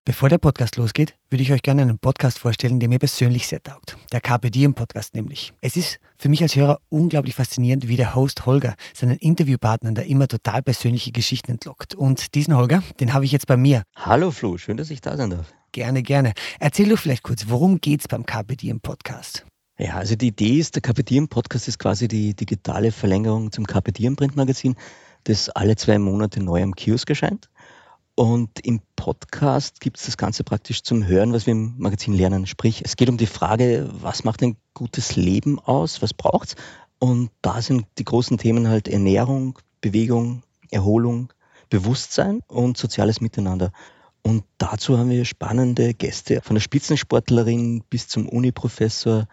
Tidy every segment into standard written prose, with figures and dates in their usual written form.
Bevor der Podcast losgeht, würde ich euch gerne einen Podcast vorstellen, der mir persönlich sehr taugt. Der Carpe Diem Podcast nämlich. Es ist für mich als Hörer unglaublich faszinierend, wie der Host Holger seinen Interviewpartnern da immer total persönliche Geschichten entlockt. Und diesen Holger, den habe ich jetzt bei mir. Hallo Flo, schön, dass ich da sein darf. Gerne, gerne. Erzähl doch vielleicht kurz, worum geht's beim Carpe Diem Podcast? Ja, also die Idee ist, der Carpe Diem Podcast ist quasi die digitale Verlängerung zum Carpe Diem Printmagazin, das alle 2 Monate neu am Kiosk erscheint. Und im Podcast gibt es das Ganze praktisch zum Hören, was wir im Magazin lernen. Sprich, es geht um die Frage, was macht ein gutes Leben aus, was braucht's? Und da sind die großen Themen halt Ernährung, Bewegung, Erholung, Bewusstsein und soziales Miteinander. Und dazu haben wir spannende Gäste, von der Spitzensportlerin bis zum Uni-Professor,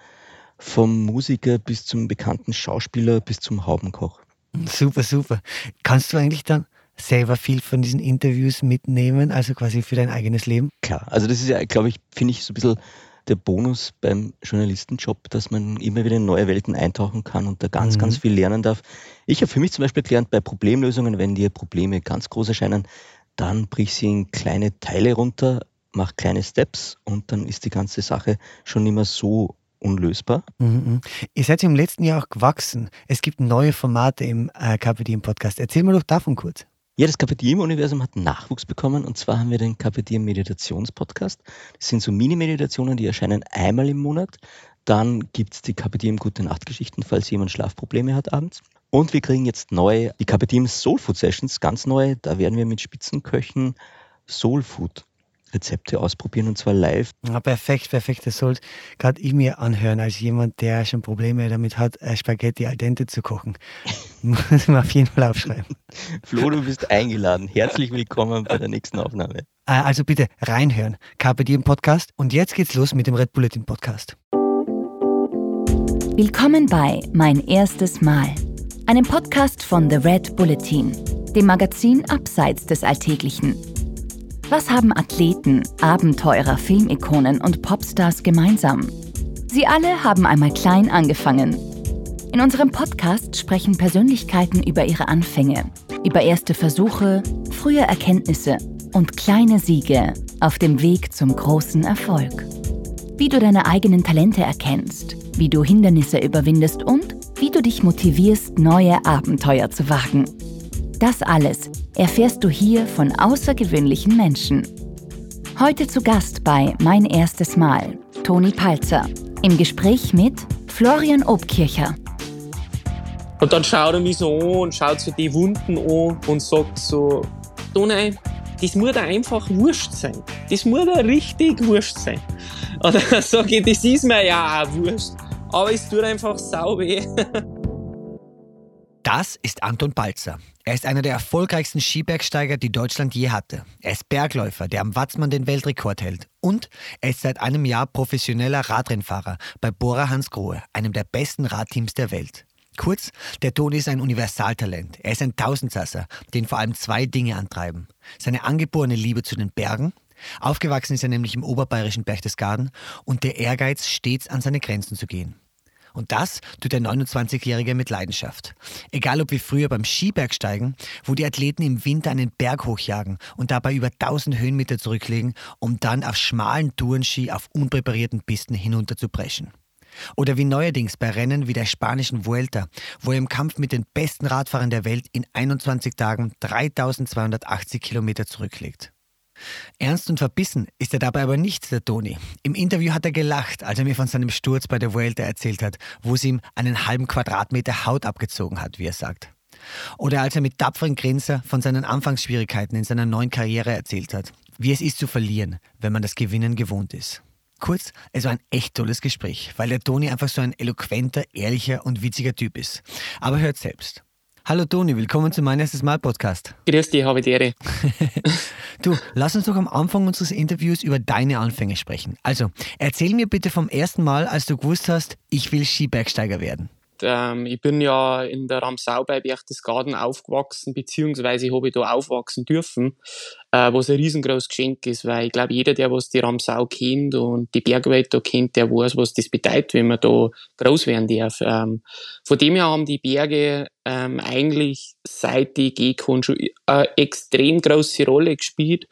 vom Musiker bis zum bekannten Schauspieler bis zum Haubenkoch. Super, super. Kannst du eigentlich dann selber viel von diesen Interviews mitnehmen, also quasi für dein eigenes Leben? Klar, also das ist ja, glaube ich, finde ich so ein bisschen der Bonus beim Journalistenjob, dass man immer wieder in neue Welten eintauchen kann und da ganz viel lernen darf. Ich habe für mich zum Beispiel gelernt, bei Problemlösungen, wenn dir Probleme ganz groß erscheinen, dann brich sie in kleine Teile runter, mach kleine Steps und dann ist die ganze Sache schon nicht mehr so unlösbar. Ihr seid ja im letzten Jahr auch gewachsen. Es gibt neue Formate im Carpe Diem Podcast. Erzähl mal doch davon kurz. Ja, das Carpe Diem-Universum hat Nachwuchs bekommen und zwar haben wir den Carpe Diem Meditations-Podcast. Das sind so Mini-Meditationen, die erscheinen einmal im Monat. Dann gibt es die Carpe Diem Gute-Nacht-Geschichten, falls jemand Schlafprobleme hat abends. Und wir kriegen jetzt neu die Carpe Diem Soul Food Sessions, ganz neu. Da werden wir mit Spitzenköchen Soul Food Rezepte ausprobieren und zwar live. Ja, perfekt. Das sollte gerade ich mir anhören, als jemand, der schon Probleme damit hat, Spaghetti al dente zu kochen. Muss man auf jeden Fall aufschreiben. Flo, du bist eingeladen. Herzlich willkommen bei der nächsten Aufnahme. Also bitte reinhören. Carpe Diem Podcast. Und jetzt geht's los mit dem Red Bulletin Podcast. Willkommen bei Mein erstes Mal, einem Podcast von The Red Bulletin, dem Magazin abseits des Alltäglichen. Was haben Athleten, Abenteurer, Filmikonen und Popstars gemeinsam? Sie alle haben einmal klein angefangen. In unserem Podcast sprechen Persönlichkeiten über ihre Anfänge, über erste Versuche, frühe Erkenntnisse und kleine Siege auf dem Weg zum großen Erfolg. Wie du deine eigenen Talente erkennst, wie du Hindernisse überwindest und wie du dich motivierst, neue Abenteuer zu wagen. Das alles erfährst du hier von außergewöhnlichen Menschen. Heute zu Gast bei Mein erstes Mal, Toni Palzer, im Gespräch mit Florian Obkircher. Und dann schaut er mich so an und schaut so die Wunden an und sagt so, Toni, das muss dir einfach wurscht sein. Das muss dir richtig wurscht sein. Und dann sage ich, das ist mir ja auch wurscht. Aber es tut einfach sau weh. Das ist Anton Palzer. Er ist einer der erfolgreichsten Skibergsteiger, die Deutschland je hatte. Er ist Bergläufer, der am Watzmann den Weltrekord hält. Und er ist seit einem Jahr professioneller Radrennfahrer bei Bora Hansgrohe, einem der besten Radteams der Welt. Kurz, der Toni ist ein Universaltalent. Er ist ein Tausendsasser, den vor allem 2 Dinge antreiben. Seine angeborene Liebe zu den Bergen, aufgewachsen ist er nämlich im oberbayerischen Berchtesgaden, und der Ehrgeiz, stets an seine Grenzen zu gehen. Und das tut der 29-Jährige mit Leidenschaft. Egal ob wie früher beim Skibergsteigen, wo die Athleten im Winter einen Berg hochjagen und dabei über 1000 Höhenmeter zurücklegen, um dann auf schmalen Tourenski auf unpräparierten Pisten hinunter zu preschen. Oder wie neuerdings bei Rennen wie der spanischen Vuelta, wo er im Kampf mit den besten Radfahrern der Welt in 21 Tagen 3280 Kilometer zurücklegt. Ernst und verbissen ist er dabei aber nicht, der Toni. Im Interview hat er gelacht, als er mir von seinem Sturz bei der Vuelta erzählt hat, wo sie ihm einen halben Quadratmeter Haut abgezogen hat, wie er sagt. Oder als er mit tapferen Grinser von seinen Anfangsschwierigkeiten in seiner neuen Karriere erzählt hat, wie es ist zu verlieren, wenn man das Gewinnen gewohnt ist. Kurz, es war ein echt tolles Gespräch, weil der Toni einfach so ein eloquenter, ehrlicher und witziger Typ ist. Aber hört selbst. Hallo Toni, willkommen zu Mein erstes Mal Podcast. Grüß dich, habe ich die Ehre. Du, lass uns doch am Anfang unseres Interviews über deine Anfänge sprechen. Also, erzähl mir bitte vom ersten Mal, als du gewusst hast, ich will Skibergsteiger werden. Ich bin ja in der Ramsau bei Berchtesgaden aufgewachsen, beziehungsweise habe ich da aufwachsen dürfen, was ein riesengroßes Geschenk ist, weil ich glaube, jeder, der was die Ramsau kennt und die Bergwelt da kennt, der weiß, was das bedeutet, wenn man da groß werden darf. Von dem her haben die Berge eigentlich, seit ich gehen kann, schon eine extrem große Rolle gespielt.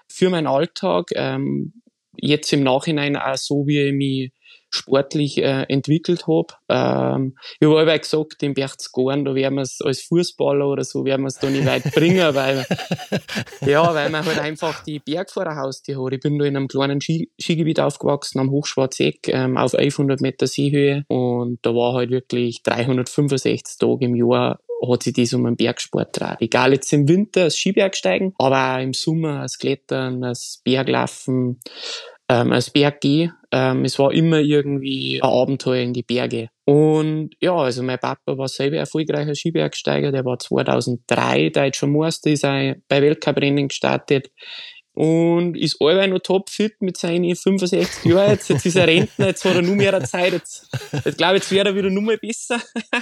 für meinen Alltag, jetzt im Nachhinein auch so, wie ich mich sportlich entwickelt habe. Ich habe aber gesagt, in Berchtesgaden, da werden wir es als Fußballer oder so, werden wir es da nicht weit bringen, weil man halt einfach die Bergfahrerhaustür hat. Ich bin da in einem kleinen Skigebiet aufgewachsen, am Hochschwarzeck, auf 1100 Meter Seehöhe, und da war halt wirklich 365 Tage im Jahr hat sich das um einen Bergsport gedreht. Egal jetzt im Winter das Skibergsteigen, aber auch im Sommer das Klettern, das Berglaufen, als Berggehen. Es war immer irgendwie ein Abenteuer in die Berge. Und ja, also mein Papa war selber erfolgreicher Skibergsteiger. Der war 2003 deutscher Meister, ist auch bei Weltcuprennen gestartet und ist allweil noch topfit mit seinen 65 Jahren. Jetzt ist er Rentner, jetzt hat er nur mehr Zeit. Jetzt glaube ich, jetzt wird er wieder nur mal besser.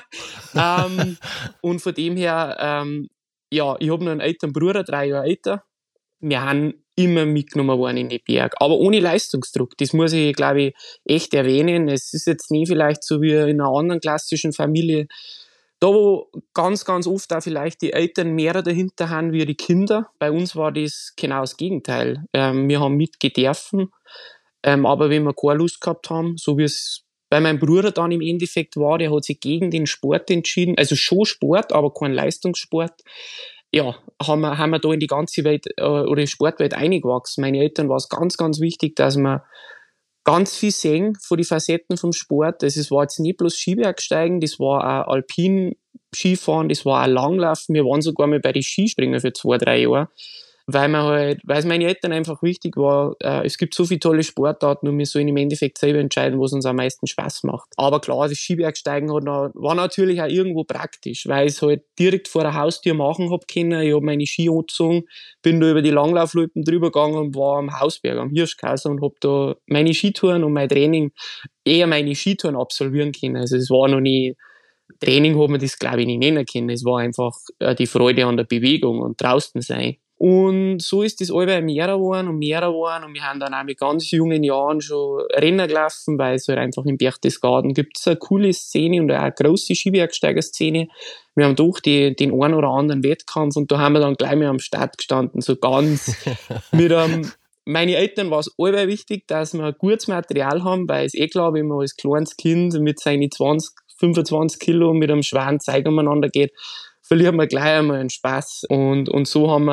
Und von dem her, ich habe noch einen älteren Bruder, 3 Jahre älter. Wir haben immer mitgenommen worden in die Berg, aber ohne Leistungsdruck. Das muss ich, glaube ich, echt erwähnen. Es ist jetzt nie vielleicht so wie in einer anderen klassischen Familie, da wo ganz, ganz oft auch vielleicht die Eltern mehr dahinter haben wie die Kinder. Bei uns war das genau das Gegenteil. Wir haben mitgedürfen, aber wenn wir keine Lust gehabt haben, so wie es bei meinem Bruder dann im Endeffekt war, der hat sich gegen den Sport entschieden, also schon Sport, aber kein Leistungssport. Ja, haben wir da in die ganze Welt oder die Sportwelt eingewachsen. Meine Eltern war es ganz, ganz wichtig, dass wir ganz viel sehen von den Facetten vom Sport. Es war jetzt nicht bloß Skibergsteigen, das war auch Alpin-Skifahren, das war auch Langlaufen. Wir waren sogar mal bei den Skispringen für 2-3 Jahre, weil es meine Eltern einfach wichtig war, es gibt so viele tolle Sportarten und wir sollen im Endeffekt selber entscheiden, was uns am meisten Spaß macht. Aber klar, das Skibergsteigen war natürlich auch irgendwo praktisch, weil ich es halt direkt vor der Haustür machen hab können. Ich habe meine Ski angezogen, bin da über die Langlaufloipen drüber gegangen und war am Hausberg, am Hirschkasser, und hab da meine Skitouren und mein Training, eher meine Skitouren absolvieren können. Also es war noch nie Training, hat man das glaube ich nicht nennen können. Es war einfach die Freude an der Bewegung und draußen sein. Und so ist das allweil mehr geworden und wir haben dann auch mit ganz jungen Jahren schon Rennen gelaufen, weil es halt einfach in Berchtesgaden gibt es eine coole Szene und auch eine grosse Skibergsteiger-Szene. Wir haben doch den einen oder anderen Wettkampf und da haben wir dann gleich mal am Start gestanden, so ganz mit meine Eltern war es allweil wichtig, dass wir gutes Material haben, weil es klar, wenn man als kleines Kind mit seinen 20, 25 Kilo mit einem schweren Zeug umeinander geht, verlieren wir gleich einmal einen Spaß. Und so haben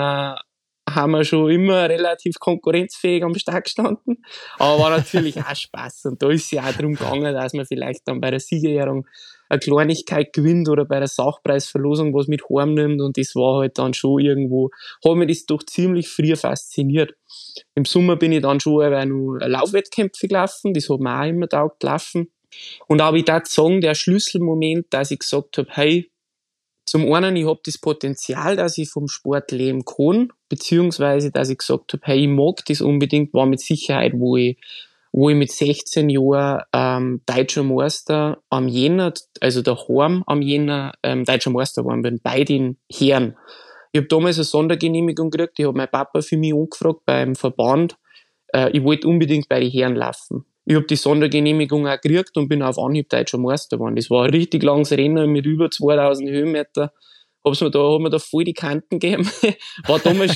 wir schon immer relativ konkurrenzfähig am Start gestanden. Aber war natürlich auch Spaß. Und da ist es ja auch darum gegangen, dass man vielleicht dann bei der Siegerehrung eine Kleinigkeit gewinnt oder bei der Sachpreisverlosung was mit heimnimmt. Und das war halt dann schon irgendwo, hat mich das doch ziemlich früh fasziniert. Im Sommer bin ich dann schon noch Laufwettkämpfe gelaufen. Das hat mir auch immer taugt, laufen. Und auch ich darf sagen, der Schlüsselmoment, dass ich gesagt habe, hey, zum einen, ich habe das Potenzial, dass ich vom Sport leben kann, beziehungsweise, dass ich gesagt habe, hey, ich mag das unbedingt, war mit Sicherheit, wo ich mit 16 Jahren deutscher Meister am Jänner, also daheim am Jänner, deutscher Meister geworden bin, bei den Herren. Ich habe damals eine Sondergenehmigung gekriegt, ich habe meinen Papa für mich angefragt beim Verband, ich wollte unbedingt bei den Herren laufen. Ich habe die Sondergenehmigung auch gekriegt und bin auf Anhieb deutscher Meister geworden. Das war ein richtig langes Rennen mit über 2000 Höhenmeter. Hat mir da voll die Kanten gegeben. Ich war damals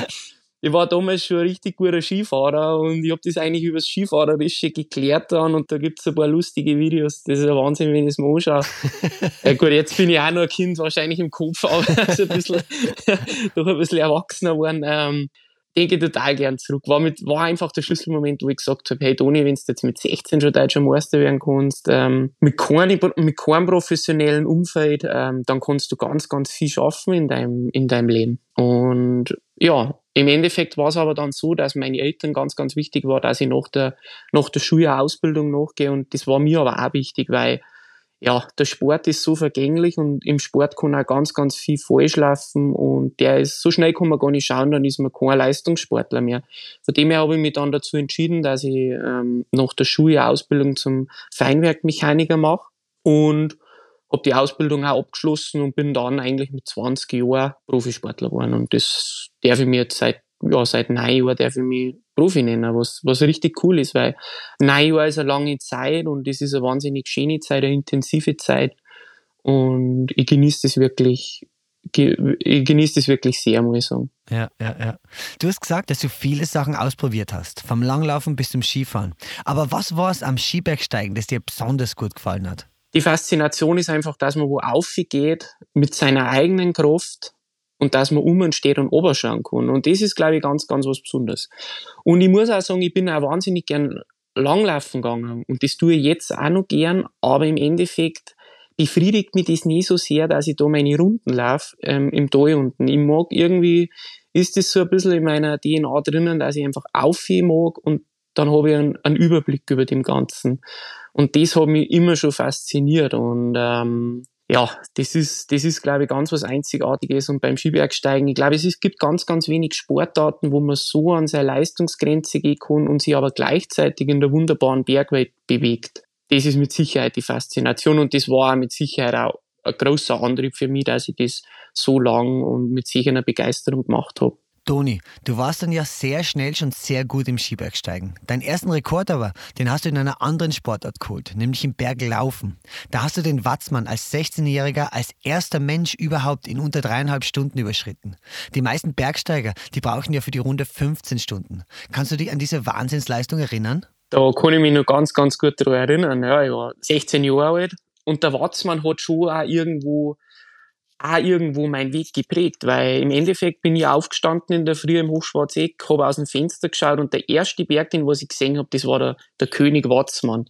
schon ein richtig guter Skifahrer und ich habe das eigentlich über das Skifahrerische geklärt dann und da gibt's ein paar lustige Videos. Das ist ein Wahnsinn, wenn ich es mir anschaue. Ja gut, jetzt bin ich auch noch ein Kind, wahrscheinlich im Kopf, aber so doch ein bisschen erwachsener geworden. Denke ich total gern zurück. War einfach der Schlüsselmoment, wo ich gesagt habe, hey Toni, wenn du jetzt mit 16 schon deutscher Meister werden kannst, mit keinem professionellen Umfeld, dann kannst du ganz, ganz viel schaffen in deinem Leben. Und ja, im Endeffekt war es aber dann so, dass meine Eltern ganz, ganz wichtig war, dass ich nach der Schule eine Ausbildung nachgehe und das war mir aber auch wichtig, weil ja, der Sport ist so vergänglich und im Sport kann auch ganz, ganz viel falsch laufen und so schnell kann man gar nicht schauen, dann ist man kein Leistungssportler mehr. Von dem her habe ich mich dann dazu entschieden, dass ich nach der Schule eine Ausbildung zum Feinwerkmechaniker mache und habe die Ausbildung auch abgeschlossen und bin dann eigentlich mit 20 Jahren Profisportler geworden und das darf ich mir jetzt seit 9 Jahren darf ich mich Profi nennen, was richtig cool ist, weil 9 Jahre ist eine lange Zeit und es ist eine wahnsinnig schöne Zeit, eine intensive Zeit und ich genieße das wirklich ich genieße das wirklich sehr, muss ich sagen. Ja. Du hast gesagt, dass du viele Sachen ausprobiert hast, vom Langlaufen bis zum Skifahren. Aber was war es am Skibergsteigen, das dir besonders gut gefallen hat? Die Faszination ist einfach, dass man wo aufgeht mit seiner eigenen Kraft und dass man steht und oberschauen kann. Und das ist, glaube ich, ganz, ganz was Besonderes. Und ich muss auch sagen, ich bin auch wahnsinnig gern Langlaufen gegangen. Und das tue ich jetzt auch noch gern, aber im Endeffekt befriedigt mich das nie so sehr, dass ich da meine Runden laufe im Tal unten. Ich mag irgendwie, ist das so ein bisschen in meiner DNA drinnen, dass ich einfach aufheben mag und dann habe ich einen Überblick über dem Ganzen. Und das hat mich immer schon fasziniert. Und das ist, glaube ich, ganz was Einzigartiges. Und beim Skibergsteigen, ich glaube, es gibt ganz, ganz wenig Sportarten, wo man so an seine Leistungsgrenze gehen kann und sich aber gleichzeitig in der wunderbaren Bergwelt bewegt. Das ist mit Sicherheit die Faszination und das war auch mit Sicherheit auch ein großer Antrieb für mich, dass ich das so lang und mit sicher einer Begeisterung gemacht habe. Toni, du warst dann ja sehr schnell schon sehr gut im Skibergsteigen. Deinen ersten Rekord aber, den hast du in einer anderen Sportart geholt, nämlich im Berglaufen. Da hast du den Watzmann als 16-Jähriger als erster Mensch überhaupt in unter 3,5 Stunden überschritten. Die meisten Bergsteiger, die brauchen ja für die Runde 15 Stunden. Kannst du dich an diese Wahnsinnsleistung erinnern? Da kann ich mich noch ganz, ganz gut daran erinnern. Ja, ich war 16 Jahre alt und der Watzmann hat schon auch irgendwo meinen Weg geprägt, weil im Endeffekt bin ich aufgestanden in der Früh im Hochschwarzeck, habe aus dem Fenster geschaut und der erste Berg, den was ich gesehen habe, das war der König Watzmann.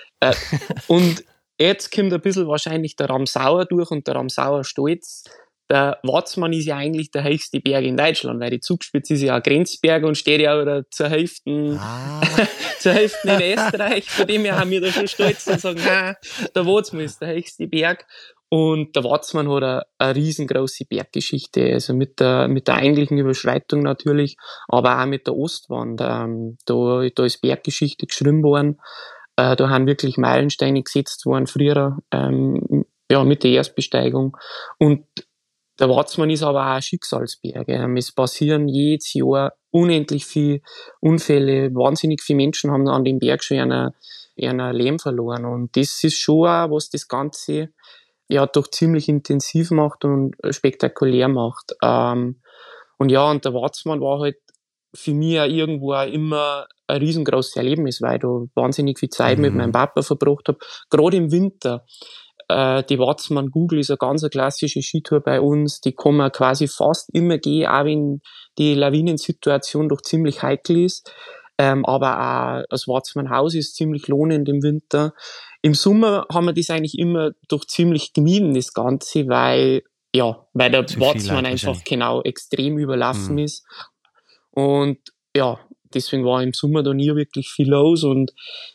Und jetzt kommt ein bisschen wahrscheinlich der Ramsauer durch und der Ramsauer Stolz. Der Watzmann ist ja eigentlich der höchste Berg in Deutschland, weil die Zugspitze ist ja ein Grenzberg und steht ja wieder zur Hälfte in Österreich. Von dem her haben wir da schon stolz und sagen, nein, der Watzmann ist der höchste Berg. Und der Watzmann hat eine riesengroße Berggeschichte, also mit der eigentlichen Überschreitung natürlich, aber auch mit der Ostwand. Da ist Berggeschichte geschrieben worden. Da haben wirklich Meilensteine gesetzt worden früher, mit der Erstbesteigung. Und der Watzmann ist aber auch ein Schicksalsberg. Es passieren jedes Jahr unendlich viele Unfälle. Wahnsinnig viele Menschen haben an dem Berg schon ihren Leben verloren. Und das ist schon auch, was das Ganze doch ziemlich intensiv macht und spektakulär macht. Und der Watzmann war halt für mich auch irgendwo auch immer ein riesengroßes Erlebnis, weil ich da wahnsinnig viel Zeit mit meinem Papa verbracht habe. Gerade im Winter. Die Watzmann-Gugel ist eine ganz klassische Skitour bei uns. Die kann man quasi fast immer gehen, auch wenn die Lawinensituation doch ziemlich heikel ist. Aber auch das Watzmann-Haus ist ziemlich lohnend im Winter. Im Sommer haben wir das eigentlich immer doch ziemlich gemieden, das Ganze, weil der Watzmann einfach genau extrem überlaufen ist. Und deswegen war im Sommer da nie wirklich viel los. Und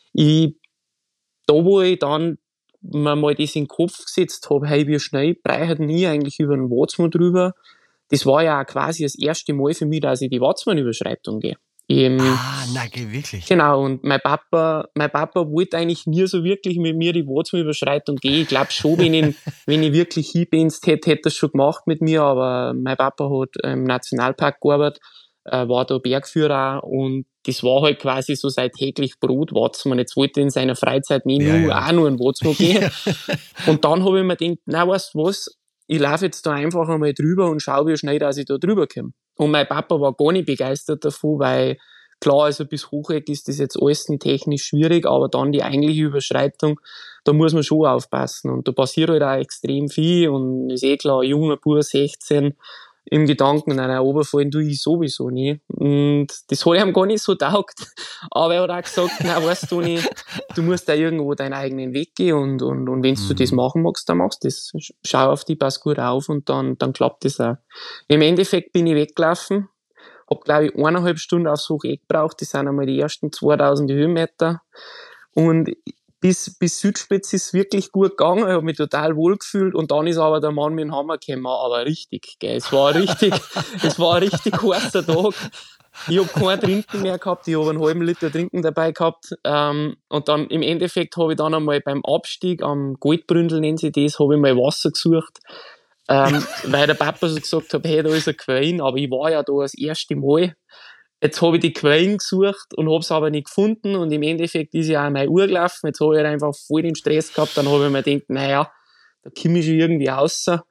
wo ich dann mir mal das in den Kopf gesetzt habe, hey, wie schnell brechen ich eigentlich über den Watzmann drüber. Das war ja auch quasi das erste Mal für mich, dass ich die Watzmann-Überschreitung gehe. Wirklich? Genau, und mein Papa wollte eigentlich nie so wirklich mit mir die Watzmann-Überschreitung gehen. Ich glaube schon, wenn ich wirklich hinbenzt hätte er es schon gemacht mit mir, aber mein Papa hat im Nationalpark gearbeitet, war da Bergführer und das war halt quasi so sein täglich Brot, Watzmann. Jetzt wollte er in seiner Freizeit auch nur einen Watzmann gehen. Und dann habe ich mir gedacht, na, weißt du was, ich laufe jetzt da einfach einmal drüber und schaue, wie schnell dass ich da drüber komme. Und mein Papa war gar nicht begeistert davon, weil klar, also bis Hocheck ist das jetzt alles nicht technisch schwierig, aber dann die eigentliche Überschreitung, da muss man schon aufpassen. Und da passiert halt auch extrem viel und ist klar, ein junger Bub, 16, im Gedanken, nein, runterfallen tue ich sowieso nicht. Und das hat ihm gar nicht so taugt. Aber er hat auch gesagt, nein, weißt du nicht, du musst da irgendwo deinen eigenen Weg gehen und wenn du das machen magst, dann machst du das. Schau auf die, pass gut auf und dann klappt das auch. Im Endeffekt bin ich weggelaufen, hab, glaube ich, 1,5 Stunden aufs Hocheck gebraucht. Das sind einmal die ersten 2000 Höhenmeter. Und bis Südspitze ist wirklich gut gegangen. Ich habe mich total wohl gefühlt. Und dann ist aber der Mann mit dem Hammer gekommen. Aber richtig, gell. Es war ein richtig heißer Tag. Ich habe kein Trinken mehr gehabt. Ich habe einen halben Liter Trinken dabei gehabt. Und dann im Endeffekt habe ich dann einmal beim Abstieg am Goldbründel, nennen sie das, habe ich mal Wasser gesucht. Weil der Papa so gesagt hat, hey, da ist eine Quelle, aber ich war ja da das erste Mal. Jetzt habe ich die Quellen gesucht und habe es aber nicht gefunden und im Endeffekt ist ja auch meine Uhr gelaufen. Jetzt habe ich halt einfach voll den Stress gehabt, dann habe ich mir gedacht, naja, da komme ich schon irgendwie raus.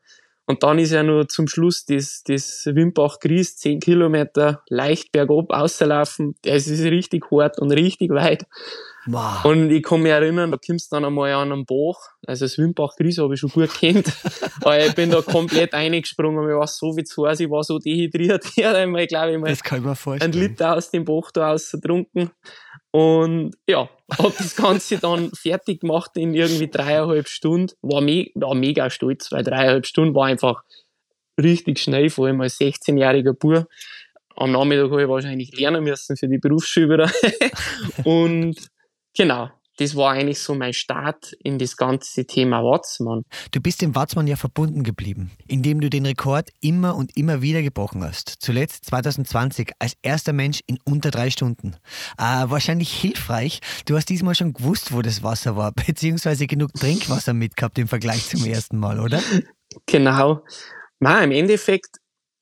Und dann ist ja nur zum Schluss das Wimbach-Gries, 10 Kilometer, leicht bergab auslaufen. Das ist richtig hart und richtig weit. Wow. Und ich kann mich erinnern, da kommst du dann einmal an einem Bach. Also das Wimbach-Gries habe ich schon gut kennt. Aber ich bin da komplett reingesprungen. Mir war so viel zu heiß, ich war so dehydriert. Ich habe einmal, glaube ich, mal Das kann ich mir vorstellen. einen Liter aus dem Bach da rausgetrunken. Und ja, hab das Ganze dann fertig gemacht in irgendwie 3,5 Stunden. War mega stolz, weil 3,5 Stunden war einfach richtig schnell, vor allem als 16-jähriger Bub. Am Nachmittag habe ich wahrscheinlich lernen müssen für die Berufsschule wieder. Und genau, das war eigentlich so mein Start in das ganze Thema Watzmann. Du bist dem Watzmann ja verbunden geblieben, indem du den Rekord immer und immer wieder gebrochen hast. Zuletzt 2020 als erster Mensch in unter 3 Stunden. Wahrscheinlich hilfreich. Du hast diesmal schon gewusst, wo das Wasser war, beziehungsweise genug Trinkwasser mitgehabt im Vergleich zum ersten Mal, oder? Genau. Nein, im Endeffekt,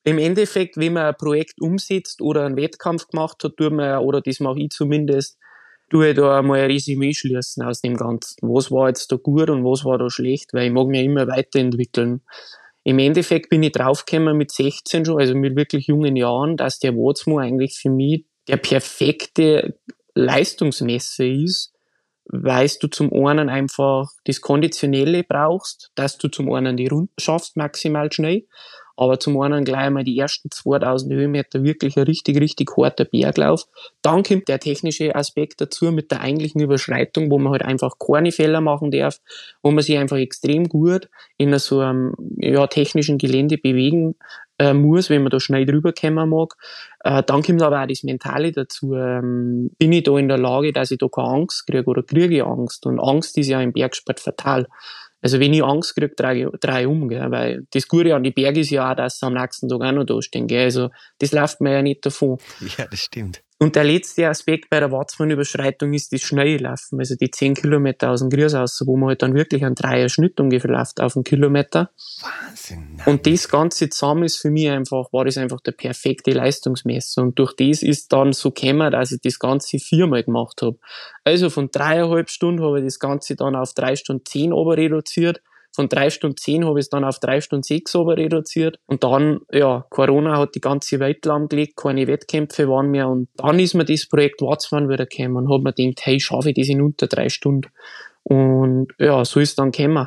wenn man ein Projekt umsetzt oder einen Wettkampf gemacht hat, tut man, oder das mache ich zumindest, tue ich da einmal ein Resümee schließen aus dem Ganzen. Was war jetzt da gut und was war da schlecht, weil ich mag mich immer weiterentwickeln. Im Endeffekt bin ich draufgekommen mit 16 schon, also mit wirklich jungen Jahren, dass der Watzmann eigentlich für mich der perfekte Leistungsmesser ist, weil du zum einen einfach das Konditionelle brauchst, dass du zum einen die Runden schaffst, maximal schnell, aber zum einen gleich einmal die ersten 2000 Höhenmeter wirklich ein richtig, richtig harter Berglauf. Dann kommt der technische Aspekt dazu mit der eigentlichen Überschreitung, wo man halt einfach keine Fehler machen darf, wo man sich einfach extrem gut in so einem technischen Gelände bewegen muss, wenn man da schnell drüber kommen mag. Dann kommt aber auch das Mentale dazu. Bin ich da in der Lage, dass ich da keine Angst kriege oder kriege ich Angst? Und Angst ist ja im Bergsport fatal. Also wenn ich Angst kriege, drehe ich um, gell? Weil das Gute an die Berge ist ja auch, dass sie am nächsten Tag auch noch da stehen. Gell? Also das läuft mir ja nicht davon. Ja, das stimmt. Und der letzte Aspekt bei der Watzmann-Überschreitung ist das schnelle Laufen. Also die 10 Kilometer aus dem Gries raus, wo man halt dann wirklich einen 3er Schnitt ungefähr läuft auf einen Kilometer. Wahnsinn. Und das Ganze zusammen ist für mich war das einfach der perfekte Leistungsmesser. Und durch das ist dann so gekommen, dass ich das Ganze 4-mal gemacht habe. Also von 3,5 Stunden habe ich das Ganze dann auf 3 Stunden 10 runter reduziert. Von 3 Stunden 10 habe ich es dann auf 3 Stunden 6 runter reduziert. Und dann, Corona hat die ganze Welt lahmgelegt, keine Wettkämpfe waren mehr. Und dann ist mir das Projekt Watzmann wieder gekommen und hat mir gedacht, hey, schaffe ich das in unter 3 Stunden. Und ja, so ist es dann gekommen.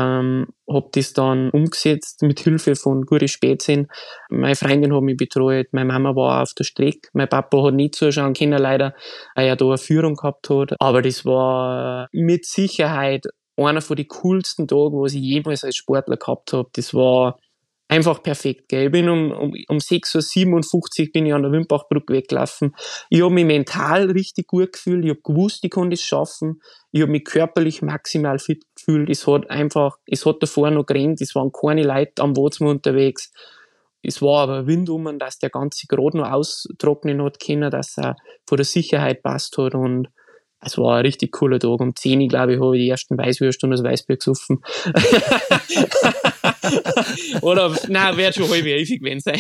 Hab das dann umgesetzt mit Hilfe von guten Spätzchen. Meine Freundin hat mich betreut, meine Mama war auf der Strecke, mein Papa hat nicht zuschauen können leider, weil er da eine Führung gehabt hat. Aber das war mit Sicherheit einer von den coolsten Tagen, was ich jemals als Sportler gehabt habe. Das war einfach perfekt, gell. Ich bin um 6:57 Uhr bin ich an der Wimbachbrücke weggelaufen. Ich habe mich mental richtig gut gefühlt. Ich habe gewusst, ich kann das schaffen. Ich habe mich körperlich maximal fit gefühlt. Es hat davor noch geregnet. Es waren keine Leute am Watzmann unterwegs. Es war aber Wind dass der ganze gerade noch austrocknen hat können, dass er von der Sicherheit passt hat. Und es war ein richtig cooler Tag. Um 10 Uhr, glaube ich, habe ich die ersten Weißwürste und das Weißbier gesoffen. Oder, nein, wird schon halb 11 gewesen sein.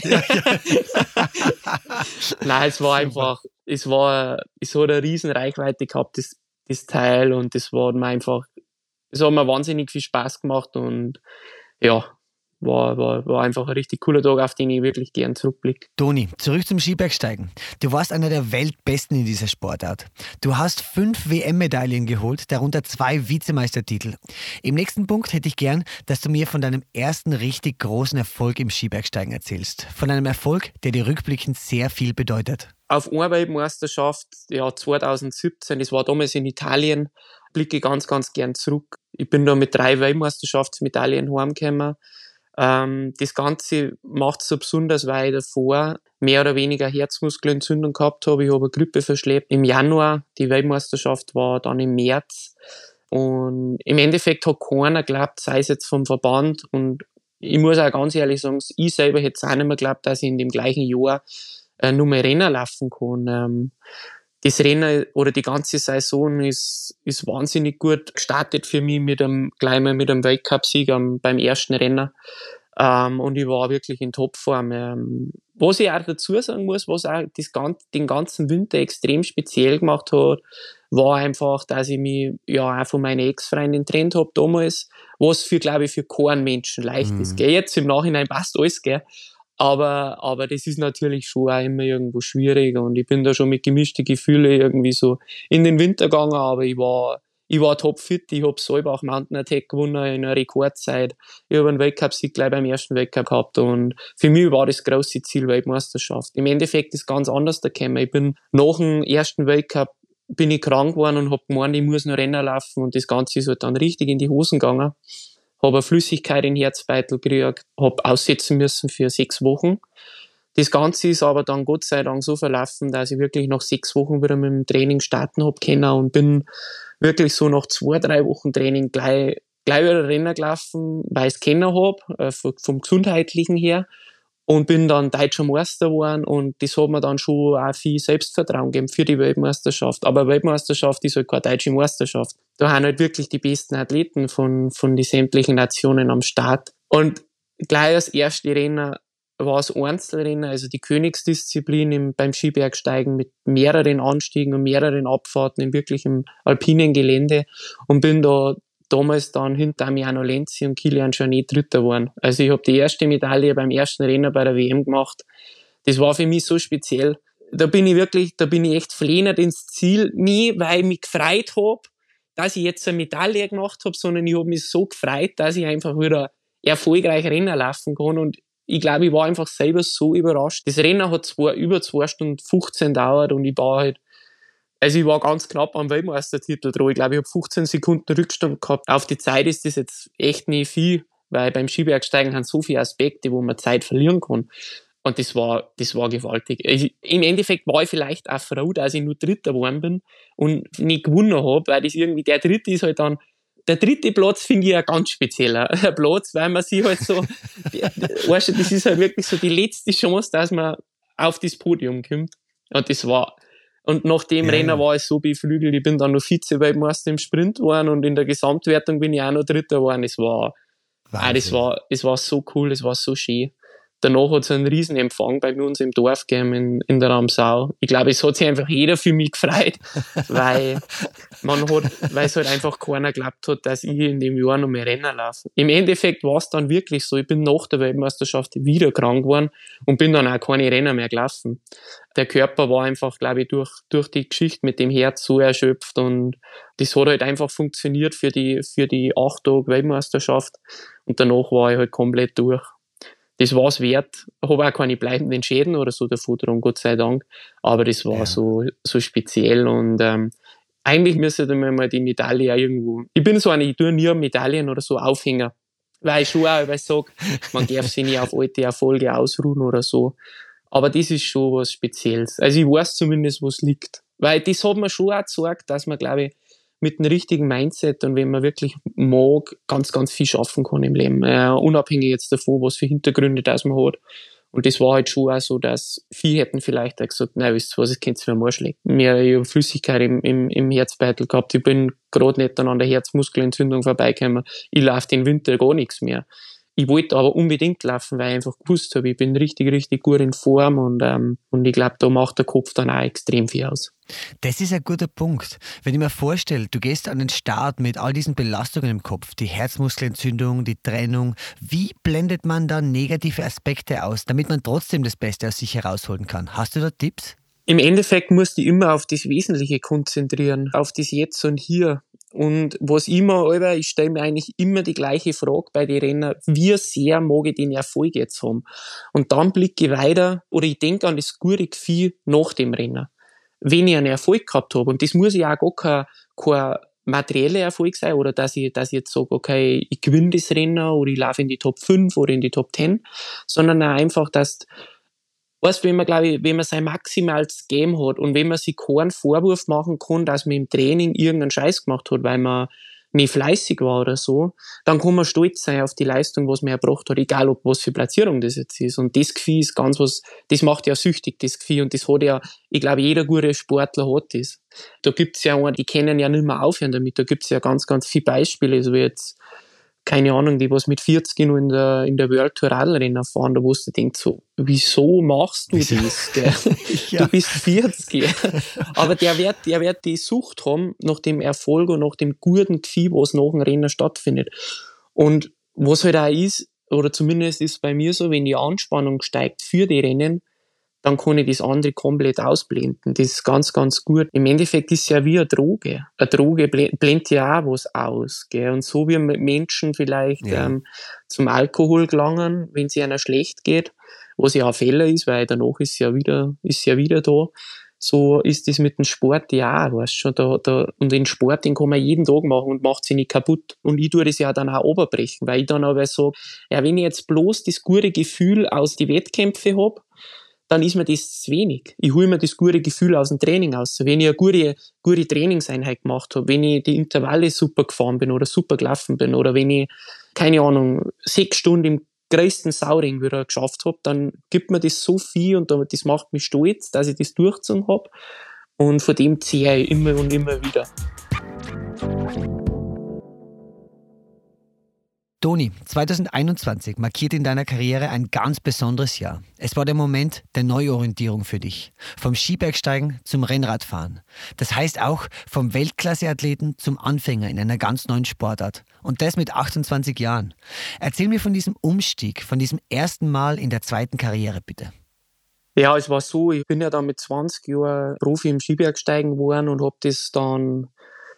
Nein, es war einfach, es hat eine riesen Reichweite gehabt, das Teil, und es hat mir wahnsinnig viel Spaß gemacht, und ja, war einfach ein richtig cooler Tag, auf den ich wirklich gern zurückblicke. Toni, zurück zum Skibergsteigen. Du warst einer der Weltbesten in dieser Sportart. Du hast 5 WM-Medaillen geholt, darunter 2 Vizemeistertitel. Im nächsten Punkt hätte ich gern, dass du mir von deinem ersten richtig großen Erfolg im Skibergsteigen erzählst. Von einem Erfolg, der dir rückblickend sehr viel bedeutet. Auf eine Weltmeisterschaft, 2017, das war damals in Italien, blicke ich ganz, ganz gern zurück. Ich bin da mit 3 Weltmeisterschaftsmedaillen heimgekommen. Das Ganze macht es so besonders, weil ich davor mehr oder weniger Herzmuskelentzündung gehabt habe. Ich habe eine Grippe verschleppt im Januar. Die Weltmeisterschaft war dann im März. Und im Endeffekt hat keiner geglaubt, sei es jetzt vom Verband. Und ich muss auch ganz ehrlich sagen, ich selber hätte es auch nicht mehr geglaubt, dass ich in dem gleichen Jahr nur mehr Rennen laufen kann. Das Rennen oder die ganze Saison ist wahnsinnig gut gestartet für mich gleich mal mit einem Weltcup-Sieg beim ersten Rennen. Und ich war wirklich in Topform. Was ich auch dazu sagen muss, was auch den ganzen Winter extrem speziell gemacht hat, war einfach, dass ich mich ja auch von meiner Ex-Freundin getrennt habe damals, was glaube ich, für keinen Menschen leicht ist. Gell? Jetzt im Nachhinein passt alles, gell? Aber das ist natürlich schon auch immer irgendwo schwierig und ich bin da schon mit gemischten Gefühlen irgendwie so in den Winter gegangen, aber ich war topfit, ich hab Saalbach Mountain Attack gewonnen in einer Rekordzeit. Ich habe einen Weltcup-Sieg gleich beim ersten Weltcup gehabt und für mich war das große Ziel Weltmeisterschaft. Im Endeffekt ist ganz anders gekommen. Ich bin nach dem ersten Weltcup bin ich krank geworden und hab gemeint, ich muss noch Rennen laufen und das Ganze ist halt dann richtig in die Hosen gegangen. Hab eine Flüssigkeit in den Herzbeutel gekriegt, hab aussetzen müssen für 6 Wochen. Das Ganze ist aber dann Gott sei Dank so verlaufen, dass ich wirklich nach 6 Wochen wieder mit dem Training starten hab können und bin wirklich so nach 2-3 Wochen Training gleich wieder Rennen gelaufen, weil ich es kennen hab, vom Gesundheitlichen her. Und bin dann Deutscher Meister geworden und das hat mir dann schon auch viel Selbstvertrauen gegeben für die Weltmeisterschaft. Aber Weltmeisterschaft ist halt keine deutsche Meisterschaft. Da haben halt wirklich die besten Athleten von den sämtlichen Nationen am Start. Und gleich als erste Rennen war es Einzelrennen, also die Königsdisziplin beim Skibergsteigen mit mehreren Anstiegen und mehreren Abfahrten in wirklichem alpinen Gelände und bin da damals dann hinter Amiano Lenzi und Kilian Jornet Dritter geworden. Also ich habe die erste Medaille beim ersten Rennen bei der WM gemacht. Das war für mich so speziell. Da bin ich echt flehend ins Ziel. Nie, weil ich mich gefreut habe, dass ich jetzt eine Medaille gemacht habe, sondern ich habe mich so gefreut, dass ich einfach wieder erfolgreich Rennen laufen kann. Und ich glaube, ich war einfach selber so überrascht. Das Rennen hat über 2 Stunden 15 gedauert und ich war ganz knapp am Weltmeistertitel dran. Ich glaube, ich habe 15 Sekunden Rückstand gehabt. Auf die Zeit ist das jetzt echt nicht viel, weil beim Skibergsteigen haben so viele Aspekte, wo man Zeit verlieren kann. Und das war gewaltig. Im Endeffekt war ich vielleicht auch froh, dass ich nur Dritter geworden bin und nicht gewonnen habe, weil das irgendwie, der Dritte ist halt dann, der dritte Platz finde ich ein ganz spezieller Platz, weil man sich halt so, weißt du, das ist halt wirklich so die letzte Chance, dass man auf das Podium kommt. Und nach dem Rennen war ich so beflügelt, ich bin dann noch Vize-Weltmeister im Sprint geworden und in der Gesamtwertung bin ich auch noch Dritter geworden. Das war so cool, das war so schön. Danach hat es einen riesen Empfang bei uns im Dorf gegeben, in der Ramsau. Ich glaube, es hat sich einfach jeder für mich gefreut, weil es halt einfach keiner geglaubt hat, dass ich in dem Jahr noch mehr Rennen laufe. Im Endeffekt war es dann wirklich so, ich bin nach der Weltmeisterschaft wieder krank geworden und bin dann auch keine Rennen mehr gelaufen. Der Körper war einfach, glaube ich, durch die Geschichte mit dem Herz so erschöpft und das hat halt einfach funktioniert für die 8 Tage Weltmeisterschaft und danach war ich halt komplett durch. Das war es wert. Ich habe auch keine bleibenden Schäden oder so davon dran, Gott sei Dank. Aber das war so speziell und eigentlich müsste ich mir mal die Medaille auch irgendwo... ich tue nie Medaillen oder so Aufhänger, weil ich schon auch sage, man darf sich nicht auf alte Erfolge ausruhen oder so. Aber das ist schon was Spezielles. Also ich weiß zumindest, wo es liegt. Weil das hat mir schon auch gezeigt, dass man, glaube ich, mit dem richtigen Mindset und wenn man wirklich mag, ganz, ganz viel schaffen kann im Leben. Unabhängig jetzt davon, was für Hintergründe das man hat. Und das war halt schon auch so, dass viele hätten vielleicht auch gesagt, nein, wisst ihr was, das könnt ihr mir mal schlecken. Ich habe Flüssigkeit im Herzbeutel gehabt. Ich bin gerade nicht dann an der Herzmuskelentzündung vorbeigekommen. Ich laufe den Winter gar nichts mehr. Ich wollte aber unbedingt laufen, weil ich einfach gewusst habe, ich bin richtig, richtig gut in Form und ich glaube, da macht der Kopf dann auch extrem viel aus. Das ist ein guter Punkt. Wenn ich mir vorstelle, du gehst an den Start mit all diesen Belastungen im Kopf, die Herzmuskelentzündung, die Trennung, wie blendet man da negative Aspekte aus, damit man trotzdem das Beste aus sich herausholen kann? Hast du da Tipps? Im Endeffekt musst du immer auf das Wesentliche konzentrieren, auf das Jetzt und Hier. Und ich stelle mir eigentlich immer die gleiche Frage bei den Rennen, wie sehr mag ich den Erfolg jetzt haben? Und dann blicke ich weiter oder ich denke an das gute Gefühl nach dem Rennen. Wenn ich einen Erfolg gehabt habe, und das muss ja auch gar kein materieller Erfolg sein oder dass ich jetzt sage, okay, ich gewinne das Rennen oder ich laufe in die Top 5 oder in die Top 10, sondern auch einfach, dass wenn man sein Maximales gegeben hat und wenn man sich keinen Vorwurf machen kann, dass man im Training irgendeinen Scheiß gemacht hat, weil man nicht fleißig war oder so, dann kann man stolz sein auf die Leistung, was man erbracht hat, egal ob was für Platzierung das jetzt ist. Und das Gefühl ist das macht ja süchtig, das Gefühl. Und das hat ja, ich glaube, jeder gute Sportler hat das. Da gibt's ja die können ja nicht mehr aufhören damit. Da gibt's ja ganz, ganz viele Beispiele, so wie jetzt keine Ahnung, die was mit 40 noch in der World Tour Radlrennen fahren, da wo du denkst so, wieso machst du das? Gell? Ja. Du bist 40. Aber der wird die Sucht haben nach dem Erfolg und nach dem guten Gefühl, was nach dem Rennen stattfindet. Und was halt auch ist, oder zumindest ist es bei mir so, wenn die Anspannung steigt für die Rennen, dann kann ich das andere komplett ausblenden. Das ist ganz, ganz gut. Im Endeffekt ist es ja wie eine Droge. Eine Droge blendet ja auch was aus. Gell? Und so wie Menschen vielleicht zum Alkohol gelangen, wenn es ihnen schlecht geht, was ja auch ein Fehler ist, weil danach ist ja wieder da. So ist das mit dem Sport ja auch, weißt schon, und den Sport, den kann man jeden Tag machen und macht sich nicht kaputt. Und ich tue das ja dann auch runterbrechen, weil ich dann aber sage, ja, wenn ich jetzt bloß das gute Gefühl aus die Wettkämpfe habe, dann ist mir das zu wenig. Ich hole mir das gute Gefühl aus dem Training aus. Wenn ich eine gute Trainingseinheit gemacht habe, wenn ich die Intervalle super gefahren bin oder super gelaufen bin oder wenn ich, keine Ahnung, 6 Stunden im größten Sauring wieder geschafft habe, dann gibt mir das so viel und das macht mich stolz, dass ich das durchgezogen habe. Und von dem ziehe ich immer und immer wieder. Toni, 2021 markiert in deiner Karriere ein ganz besonderes Jahr. Es war der Moment der Neuorientierung für dich. Vom Skibergsteigen zum Rennradfahren. Das heißt auch vom Weltklasse-Athleten zum Anfänger in einer ganz neuen Sportart. Und das mit 28 Jahren. Erzähl mir von diesem Umstieg, von diesem ersten Mal in der zweiten Karriere, bitte. Ja, es war so, ich bin ja dann mit 20 Jahren Profi im Skibergsteigen geworden und habe das dann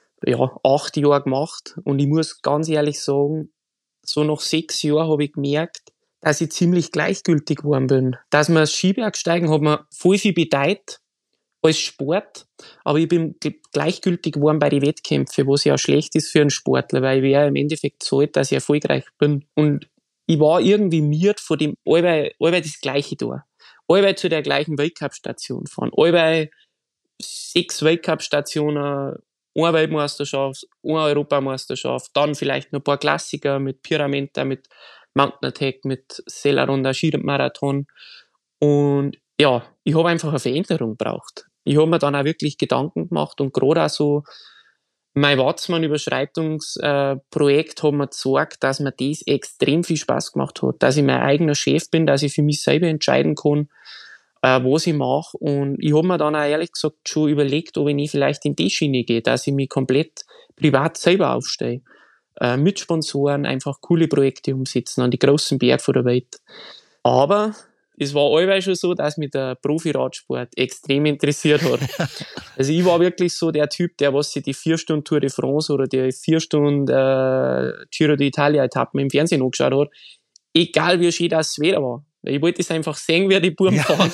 8 Jahre gemacht. Und ich muss ganz ehrlich sagen, so nach 6 Jahren habe ich gemerkt, dass ich ziemlich gleichgültig geworden bin. Dass mir das Skibergsteigen hat mir voll viel bedeutet als Sport, aber ich bin gleichgültig geworden bei den Wettkämpfen, was ja schlecht ist für einen Sportler, weil ich wäre im Endeffekt so, dass ich erfolgreich bin. Und ich war irgendwie miert von dem, allweil das Gleiche da. Allweil zu der gleichen Weltcup-Station fahren. Allweil 6 Weltcup-Stationen, eine Weltmeisterschaft, eine Europameisterschaft, dann vielleicht noch ein paar Klassiker mit Pyramenta, mit Mountain Attack, mit Sella-Ronda, Skimarathon. Und ja, ich habe einfach eine Veränderung gebraucht. Ich habe mir dann auch wirklich Gedanken gemacht und gerade auch so mein Watzmann-Überschreitungsprojekt hat mir gezeigt, dass mir das extrem viel Spaß gemacht hat, dass ich mein eigener Chef bin, dass ich für mich selber entscheiden kann, was ich mache. Und ich habe mir dann auch ehrlich gesagt schon überlegt, ob ich nicht vielleicht in die Schiene gehe, dass ich mich komplett privat selber aufstehe. Mit Sponsoren einfach coole Projekte umsetzen an die grossen Berge von der Welt. Aber es war allweil schon so, dass mich der Profi-Radsport extrem interessiert hat. Also ich war wirklich so der Typ, der was sich die 4 Stunden Tour de France oder die 4 Stunden Giro d'Italia-Etappen im Fernsehen angeschaut hat. Egal wie schön das Wetter war. Ich wollte es einfach sehen, wie die Buben fahren.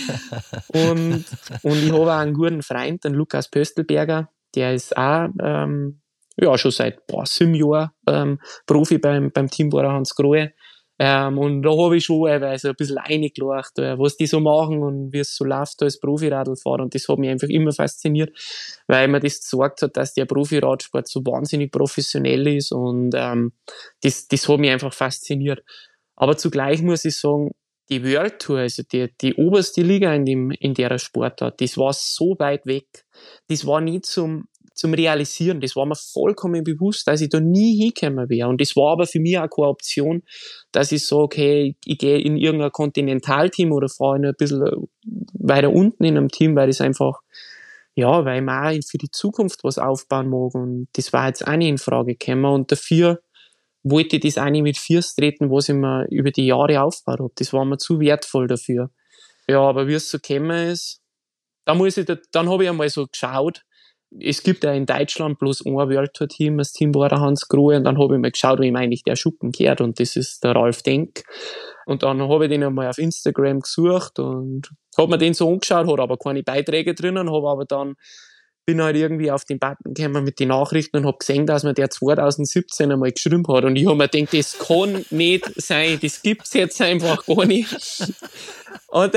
Und ich habe auch einen guten Freund, den Lukas Pöstelberger, der ist auch schon seit 7 Jahren Profi beim Team Bora Hansgrohe. Und da habe ich schon so ein bisschen reingelacht, was die so machen und wie es so läuft als Profiradlfahrer. Und das hat mich einfach immer fasziniert, weil mir das gesagt hat, dass der Profiradsport so wahnsinnig professionell ist. Und das hat mich einfach fasziniert. Aber zugleich muss ich sagen, die World Tour, also die oberste Liga in der Sportart, das war so weit weg. Das war nie zum Realisieren. Das war mir vollkommen bewusst, dass ich da nie hingekommen wäre. Und das war aber für mich auch keine Option, dass ich sage, okay, ich gehe in irgendein Kontinentalteam oder fahre ein bisschen weiter unten in einem Team, weil das einfach, weil ich mir auch für die Zukunft was aufbauen mag. Und das war jetzt auch nicht in Frage gekommen. Und dafür wollte ich das auch nicht mit Füßen treten, was ich mir über die Jahre aufgebaut habe. Das war mir zu wertvoll dafür. Ja, aber wie es so gekommen ist, dann habe ich einmal so geschaut. Es gibt ja in Deutschland bloß ein World Tour Team, das Team Bora Hansgrohe, und dann habe ich mal geschaut, wem eigentlich der Schuppen gehört, und das ist der Ralf Denk. Und dann habe ich den einmal auf Instagram gesucht und habe mir den so angeschaut, hat aber keine Beiträge drinnen, bin halt irgendwie auf den Button gekommen mit den Nachrichten und habe gesehen, dass mir der 2017 einmal geschrieben hat. Und ich habe mir gedacht, das kann nicht sein, das gibt's jetzt einfach gar nicht. Und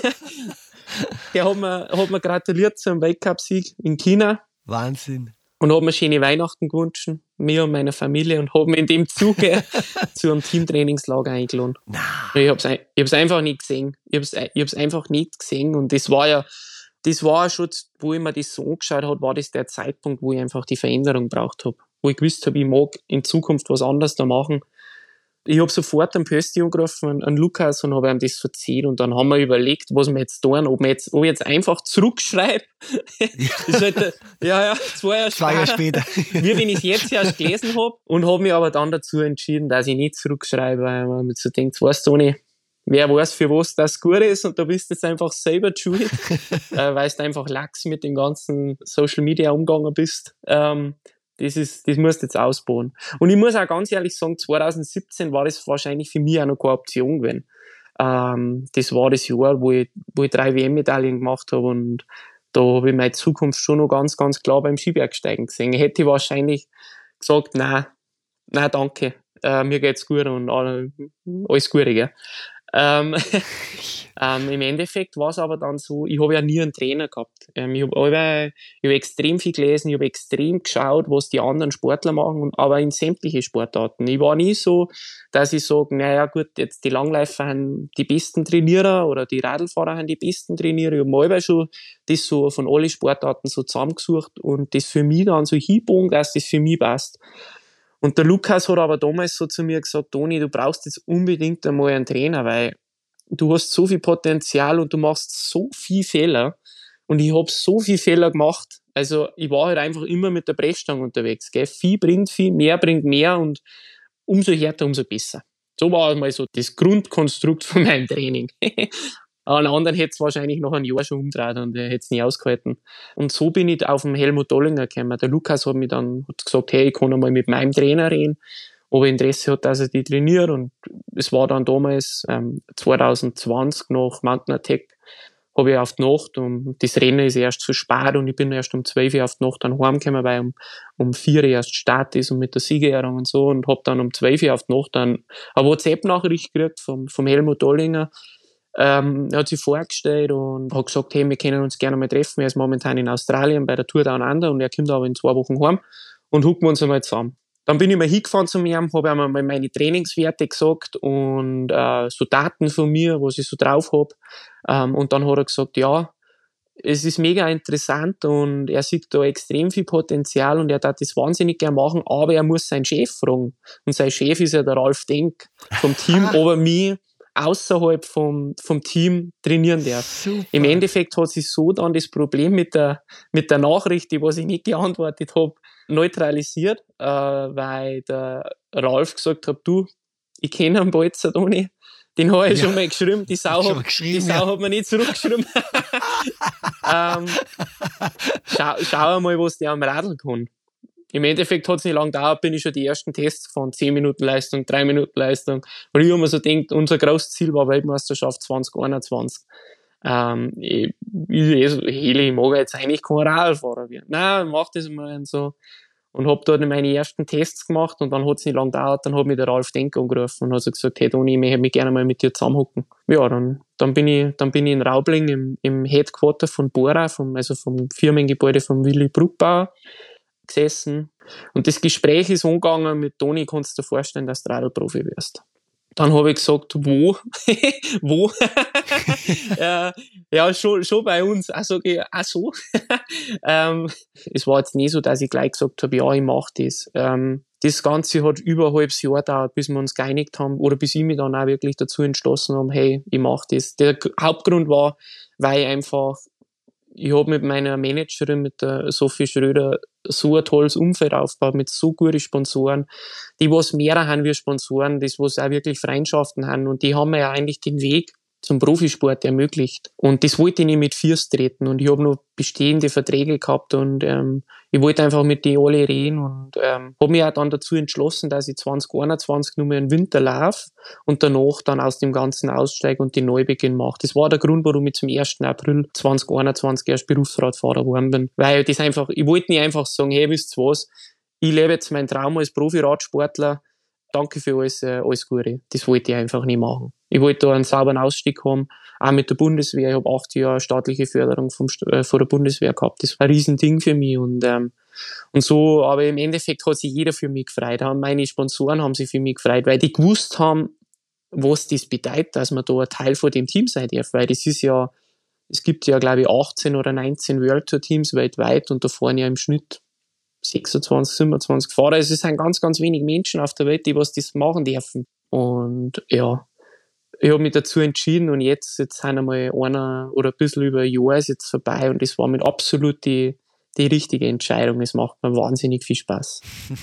der hat mir gratuliert zum Weltcup-Sieg in China. Wahnsinn. Und hat mir schöne Weihnachten gewünscht, mir und meiner Familie, und hat mich in dem Zuge zu einem Teamtrainingslager eingeladen. Ich hab's einfach nicht gesehen. Ich hab's einfach nicht gesehen. Und das war schon, wo ich mir das so angeschaut habe, war das der Zeitpunkt, wo ich einfach die Veränderung braucht habe. wo ich gewusst habe, ich mag in Zukunft was anderes da machen. Ich habe sofort einen Pösti angerufen, einen Lukas, und habe ihm das erzählt. Und dann haben wir überlegt, was wir jetzt tun, ob ich jetzt einfach zurückschreibe. Das halt, 2 Jahre später. Wie wenn ich es jetzt erst gelesen habe. Und habe mich aber dann dazu entschieden, dass ich nicht zurückschreibe, weil man mir so denkt, weißt du nicht, wer weiß, für was das gut ist, und da bist du jetzt einfach selber schuld, weil du einfach lax mit dem ganzen Social Media umgegangen bist. Das musst du jetzt ausbauen. Und ich muss auch ganz ehrlich sagen, 2017 war das wahrscheinlich für mich auch noch keine Option gewesen. Das war das Jahr, wo ich 3 WM-Medaillen gemacht habe, und da habe ich meine Zukunft schon noch ganz, ganz klar beim Skibergsteigen gesehen. Ich hätte wahrscheinlich gesagt, nein, danke, mir geht's gut und alles Gute, gell. Im Endeffekt war es aber dann so, ich habe ja nie einen Trainer gehabt. Ich habe extrem viel gelesen, ich habe extrem geschaut, was die anderen Sportler machen, aber in sämtliche Sportarten. Ich war nie so, dass ich sage, naja gut, jetzt die Langläufer haben die besten Trainierer oder die Radlfahrer haben die besten Trainierer. Ich habe mal schon das so von allen Sportarten so zusammengesucht und das für mich dann so hinbogen, dass das für mich passt. Und der Lukas hat aber damals so zu mir gesagt, Toni, du brauchst jetzt unbedingt einmal einen Trainer, weil du hast so viel Potenzial und du machst so viel Fehler. Und ich habe so viel Fehler gemacht. Also ich war halt einfach immer mit der Brechstange unterwegs. Gell? Viel bringt viel, mehr bringt mehr, und umso härter, umso besser. So war einmal so das Grundkonstrukt von meinem Training. Einen anderen hätte es wahrscheinlich noch ein Jahr schon umgedreht und er hätte es nie ausgehalten. Und so bin ich auf den Helmut Dollinger gekommen. Der Lukas hat gesagt, hey, ich kann einmal mit meinem Trainer reden, ob er Interesse hat, dass er die trainiert. Und es war dann damals 2020 nach Mountain Attack, habe ich auf die Nacht, und das Rennen ist erst zu spät, und ich bin erst um 12 Uhr auf die Nacht dann heimgekommen, weil um 4 Uhr erst Start ist und mit der Siegerehrung und so, und habe dann um 12 Uhr auf die Nacht dann eine WhatsApp-Nachricht gekriegt vom Helmut Dollinger. Er hat sich vorgestellt und hat gesagt, hey, wir können uns gerne mal treffen. Er ist momentan in Australien bei der Tour Down Under und er kommt aber in 2 Wochen heim, und hucken wir uns einmal zusammen. Dann bin ich mal hingefahren zu ihm, habe ihm mal meine Trainingswerte gesagt und so Daten von mir, was ich so drauf habe. Und dann hat er gesagt, ja, es ist mega interessant und er sieht da extrem viel Potenzial und er darf das wahnsinnig gerne machen, aber er muss seinen Chef fragen. Und sein Chef ist ja der Ralf Denk vom Team, ob er mich außerhalb vom Team trainieren darf. Super. Im Endeffekt hat sich so dann das Problem mit der Nachricht, die was ich nicht geantwortet habe, neutralisiert, weil der Ralf gesagt hat, du, ich kenne einen Balzer, Toni, den habe ich schon mal geschrieben, die Sau hat mir nicht zurückgeschrieben. Schau mal, was der am Radl kann. Im Endeffekt hat es nicht lange gedauert, bin ich schon die ersten Tests gefahren, 10 Minuten Leistung, 3 Minuten Leistung. Und ich habe mir so gedacht, unser großes Ziel war Weltmeisterschaft 2021. Ich mag jetzt eigentlich kein Radlfahrer werden. Nein, mach das mal und so. Und habe dort meine ersten Tests gemacht und dann hat es nicht lange gedauert, dann hat mich der Ralf Denk angerufen und hat so gesagt, hey Toni, ich möchte mich gerne mal mit dir zusammenhocken. Ja, dann bin ich in Raubling im Headquarter von Bora, vom Firmengebäude von Willy Bruckbauer gesessen. Und das Gespräch ist umgegangen mit Toni, kannst du dir vorstellen, dass du Radlprofi wirst. Dann habe ich gesagt, wo? Wo? Ja, schon bei uns. Also, ach so. Es war jetzt nie so, dass ich gleich gesagt habe, ja, ich mache das. Das Ganze hat über ein halbes Jahr gedauert, bis wir uns geeinigt haben oder bis ich mich dann auch wirklich dazu entschlossen habe, hey, ich mache das. Der Hauptgrund war, weil ich habe mit meiner Managerin, mit der Sophie Schröder, so ein tolles Umfeld aufgebaut, mit so guten Sponsoren, die was mehr haben wie Sponsoren, das was auch wirklich Freundschaften haben, und die haben mir ja eigentlich den Weg zum Profisport ermöglicht. Und das wollte ich nicht mit Füßen treten, und ich habe noch bestehende Verträge gehabt und ich wollte einfach mit denen alle reden und habe mich auch dann dazu entschlossen, dass ich 2021 nur mehr einen Winter laufe und danach dann aus dem Ganzen aussteige und den Neubeginn mache. Das war der Grund, warum ich zum 1. April 2021 erst Berufsradfahrer geworden bin. Weil ich wollte nicht einfach sagen, hey, wisst ihr was, ich lebe jetzt meinen Traum als Profi-Radsportler, danke für alles Gute. Das wollte ich einfach nicht machen. Ich wollte da einen sauberen Ausstieg haben, auch mit der Bundeswehr. Ich habe 8 Jahre staatliche Förderung von der Bundeswehr gehabt. Das war ein Riesending für mich. Und so, aber im Endeffekt hat sich jeder für mich gefreut. Meine Sponsoren haben sich für mich gefreut, weil die gewusst haben, was das bedeutet, dass man da ein Teil von dem Team sein darf. Weil es gibt ja, glaube ich, 18 oder 19 World Tour Teams weltweit und da fahren ja im Schnitt 26, 27 Fahrer. Also es sind ganz, ganz wenig Menschen auf der Welt, die was das machen dürfen. Und ja, ich habe mich dazu entschieden und jetzt sind einmal einer oder ein bisschen über ein Jahr ist jetzt vorbei und das war mit absolut die richtige Entscheidung. Es macht mir wahnsinnig viel Spaß.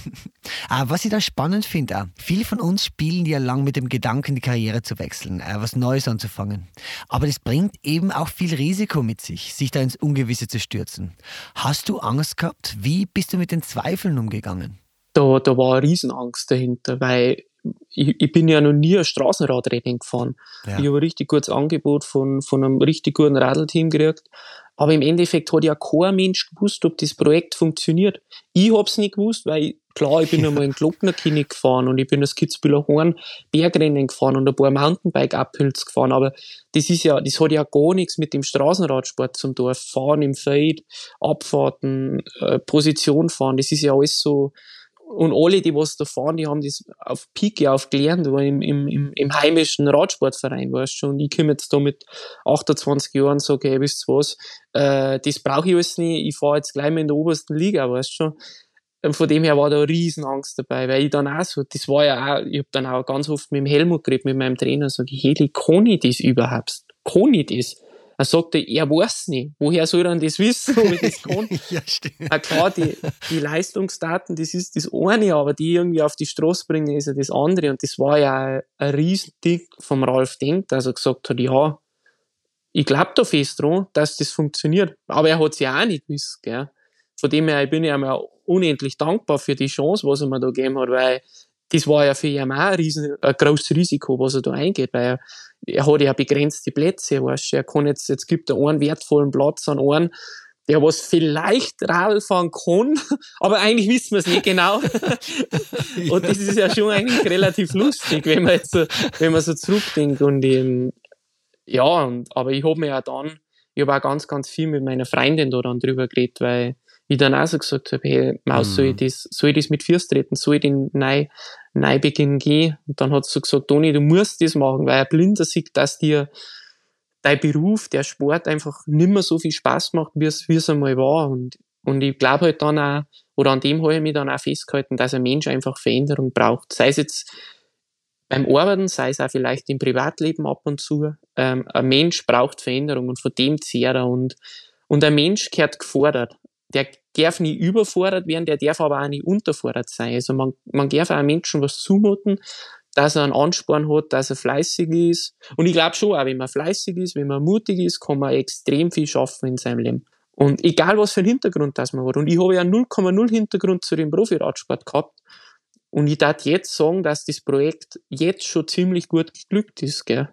Was ich da spannend finde, viele von uns spielen ja lang mit dem Gedanken, die Karriere zu wechseln, was Neues anzufangen. Aber das bringt eben auch viel Risiko mit sich da ins Ungewisse zu stürzen. Hast du Angst gehabt? Wie bist du mit den Zweifeln umgegangen? Da war eine Riesenangst dahinter, weil ich bin ja noch nie ein Straßenradrennen gefahren. Ja. Ich habe ein richtig gutes Angebot von einem richtig guten Radlteam gekriegt. Aber im Endeffekt hat ja kein Mensch gewusst, ob das Projekt funktioniert. Ich habe es nicht gewusst, weil klar, ich bin einmal in Glocknerkönig gefahren und ich bin das Kitzbüheler Horn Bergrennen gefahren und ein paar Mountainbike-Uphills gefahren. Aber das hat ja gar nichts mit dem Straßenradsport zum tun. Fahren im Feld, Abfahrten, Position fahren, das ist ja alles so. Und alle, die was da fahren, die haben das auf Pike aufgelernt, im heimischen Radsportverein, weißt du schon. Und ich komme jetzt da mit 28 Jahren und sage, hey, wisst ihr was, das brauche ich alles nicht, ich fahre jetzt gleich mal in der obersten Liga, weißt du schon. Und von dem her war da eine Riesenangst dabei, weil ich dann auch so, das war ja auch, ich habe dann auch ganz oft mit dem Helmut geredet, mit meinem Trainer, sage ich, Heli, kann ich das überhaupt? Kann ich das? Er sagte, er weiß nicht. Woher soll er denn das wissen, ob ich das kann? Ja, stimmt. Klar, die Leistungsdaten, das ist das eine, aber die irgendwie auf die Straße bringen, ist ja das andere. Und das war ja ein Riesending vom Ralf Denk, dass er gesagt hat, ja, ich glaube da fest dran, dass das funktioniert. Aber er hat es ja auch nicht gewusst, gell. Von dem her, ich bin ja mal unendlich dankbar für die Chance, was er mir da gegeben hat, weil das war ja für ihn auch ein grosses Risiko, was er da eingeht, weil er hat ja begrenzte Plätze, weißt du. Er kann jetzt gibt er einen wertvollen Platz an einen, der was vielleicht Radl fahren kann, aber eigentlich wissen wir es nicht genau. Und das ist ja schon eigentlich relativ lustig, wenn man so zurückdenkt und aber ich habe mir ich habe auch ganz, ganz viel mit meiner Freundin da dann drüber geredet, weil ich dann auch so gesagt habe, hey, Maus, soll ich das mit Fürs treten? Soll ich den Neubeginn gehen? Und dann hat sie so gesagt, Toni, du musst das machen, weil ein Blinder sieht, dass dir dein Beruf, der Sport einfach nicht mehr so viel Spaß macht, wie es einmal war. Und ich glaube halt dann auch, oder an dem habe ich mich dann auch festgehalten, dass ein Mensch einfach Veränderung braucht. Sei es jetzt beim Arbeiten, sei es auch vielleicht im Privatleben ab und zu. Ein Mensch braucht Veränderung und von dem zehrt er. Und ein Mensch gehört gefordert. Der darf nicht überfordert werden, der darf aber auch nicht unterfordert sein. Also man darf auch einem Menschen was zumuten, dass er einen Ansporn hat, dass er fleißig ist. Und ich glaube schon auch, wenn man fleißig ist, wenn man mutig ist, kann man extrem viel schaffen in seinem Leben. Und egal, was für einen Hintergrund das man hat. Und ich habe ja 0,0 Hintergrund zu dem Profiradsport gehabt. Und ich darf jetzt sagen, dass das Projekt jetzt schon ziemlich gut geglückt ist, gell.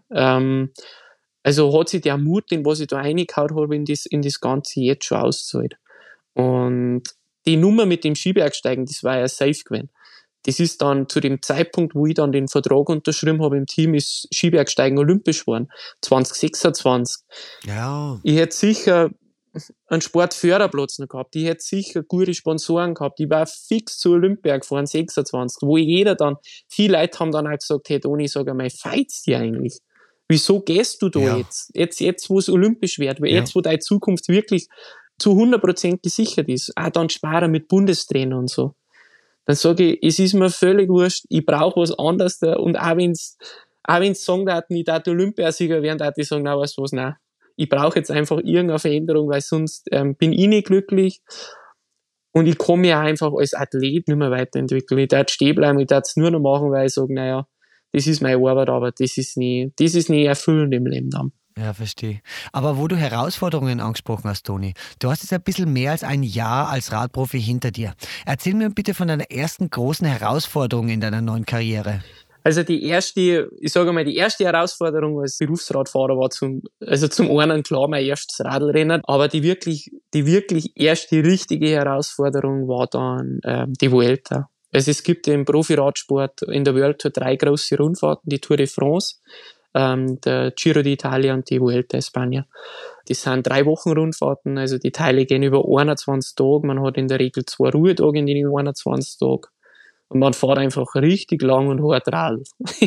Also hat sich der Mut, den was ich da reingehauen habe, in das Ganze jetzt schon auszahlt. Und die Nummer mit dem Skibergsteigen, das war ja safe gewesen. Das ist dann zu dem Zeitpunkt, wo ich dann den Vertrag unterschrieben habe im Team, ist Skibergsteigen olympisch geworden. 2026. Ja. Ich hätte sicher einen Sportförderplatz noch gehabt. Ich hätte sicher gute Sponsoren gehabt. Ich war fix zu Olympia gefahren, 26, wo viele Leute haben dann auch gesagt, hey Toni, sag einmal, feit's dir eigentlich? Wieso gehst du da jetzt? Jetzt, wo es olympisch wird, jetzt, wo deine Zukunft wirklich zu 100% gesichert ist, auch dann sparen mit Bundestrainer und so. Dann sage ich, es ist mir völlig wurscht, ich brauche was anderes da und auch wenn's sagen daten, ich darf Olympiasieger werden, darf ich sagen, na, weißt du was, nein. Ich brauche jetzt einfach irgendeine Veränderung, weil sonst bin ich nicht glücklich und ich kann mich auch einfach als Athlet nicht mehr weiterentwickeln. Ich darf stehen bleiben, ich darf es nur noch machen, weil ich sage, naja, das ist meine Arbeit, aber das ist nie erfüllend im Leben dann. Ja, verstehe. Aber wo du Herausforderungen angesprochen hast, Toni, du hast jetzt ein bisschen mehr als ein Jahr als Radprofi hinter dir. Erzähl mir bitte von deiner ersten großen Herausforderung in deiner neuen Karriere. Also die erste Herausforderung als Berufsradfahrer war zum einen klar mein erstes Radlrennen, aber die wirklich erste richtige Herausforderung war dann die Vuelta. Also es gibt im Profiradsport in der World Tour 3 große Rundfahrten, die Tour de France, der Giro d'Italia und die Vuelta a España. Das sind 3 Wochen Rundfahrten, also die Teile gehen über 21 Tage, man hat in der Regel 2 Ruhetage in den 21 Tagen. Und man fährt einfach richtig lang und hart Radl.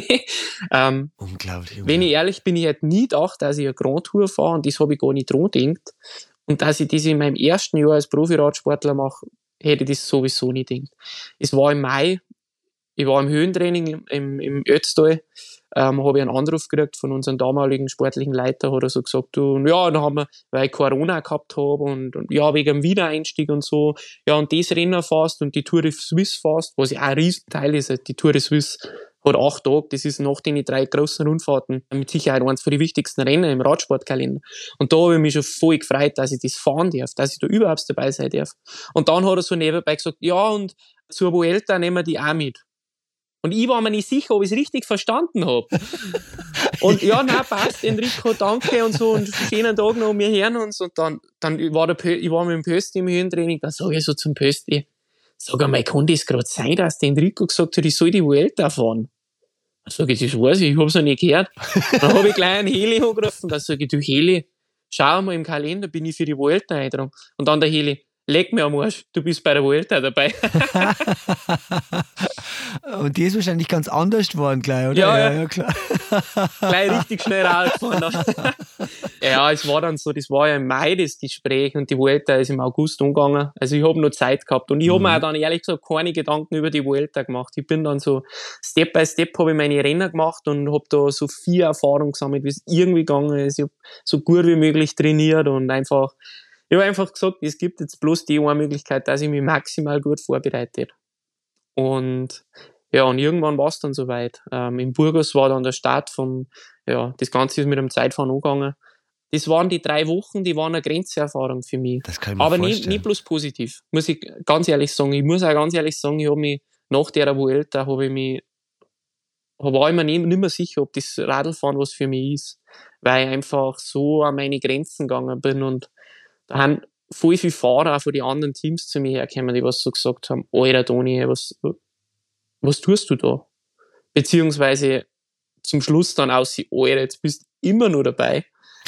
Unglaublich. Wenn ich ehrlich bin, ich hätte nie gedacht, dass ich eine Grand Tour fahre und das habe ich gar nicht dran gedacht. Und dass ich das in meinem ersten Jahr als Profiradsportler mache, hätte ich das sowieso nicht gedacht. Es war im Mai, ich war im Höhentraining im Ötztal, habe ich einen Anruf gekriegt von unserem damaligen sportlichen Leiter, hat er so gesagt, dann haben wir, weil ich Corona gehabt habe und ja, wegen dem Wiedereinstieg und so, ja, und das Rennen fast und die Tour de Suisse fast, was ja auch ein Riesenteil ist, die Tour de Suisse hat 8 Tage, das ist nach den 3 großen Rundfahrten mit Sicherheit eines von den wichtigsten Rennen im Radsportkalender. Und da habe ich mich schon voll gefreut, dass ich das fahren darf, dass ich da überhaupt dabei sein darf. Und dann hat er so nebenbei gesagt, ja, und zur Vuelta nehmen wir die auch mit. Und ich war mir nicht sicher, ob ich es richtig verstanden habe. Und ja, nein, passt, Enrico, danke und so, und schönen Tag noch, wir hören uns. Und dann ich war mit dem Pösti im Höhentraining, dann sage ich so zum Pösti, sag einmal, kann das gerade sein, dass der Enrico gesagt hat, ich soll die Vuelta fahren? Dann sage ich, das weiß ich hab's noch nicht gehört. Dann habe ich gleich einen Heli angerufen, dann sage ich, du Heli, schau mal im Kalender, bin ich für die Vuelta eingetragen. Und dann der Heli, leg mir am Arsch, du bist bei der Vuelta dabei. Und die ist wahrscheinlich ganz anders geworden gleich, oder? Ja, klar. Gleich richtig schnell rausgefahren. Ja, es war dann so, das war ja im Mai das Gespräch und die Vuelta ist im August umgegangen. Also ich habe noch Zeit gehabt und ich habe mir auch dann ehrlich gesagt keine Gedanken über die Vuelta gemacht. Ich bin dann so Step by Step habe ich meine Rennen gemacht und habe da so viel Erfahrung gesammelt, wie es irgendwie gegangen ist. Ich habe so gut wie möglich trainiert und ich habe einfach gesagt, es gibt jetzt bloß die eine Möglichkeit, dass ich mich maximal gut vorbereite. Und ja, und irgendwann war es dann soweit. In Burgos war dann der Start das Ganze ist mit dem Zeitfahren angegangen. Das waren die 3 Wochen, die waren eine Grenzerfahrung für mich. Das kann ich mir aber vorstellen. nicht bloß positiv, muss ich ganz ehrlich sagen. Ich muss auch ganz ehrlich sagen, ich habe mich nach der Vuelta, war ich mir nicht mehr sicher, ob das Radlfahren was für mich ist. Weil ich einfach so an meine Grenzen gegangen bin und da haben voll viele Fahrer auch von den anderen Teams zu mir hergekommen, die was so gesagt haben, Alter Toni, was tust du da? Beziehungsweise zum Schluss dann aus, Alter, jetzt bist du immer noch dabei.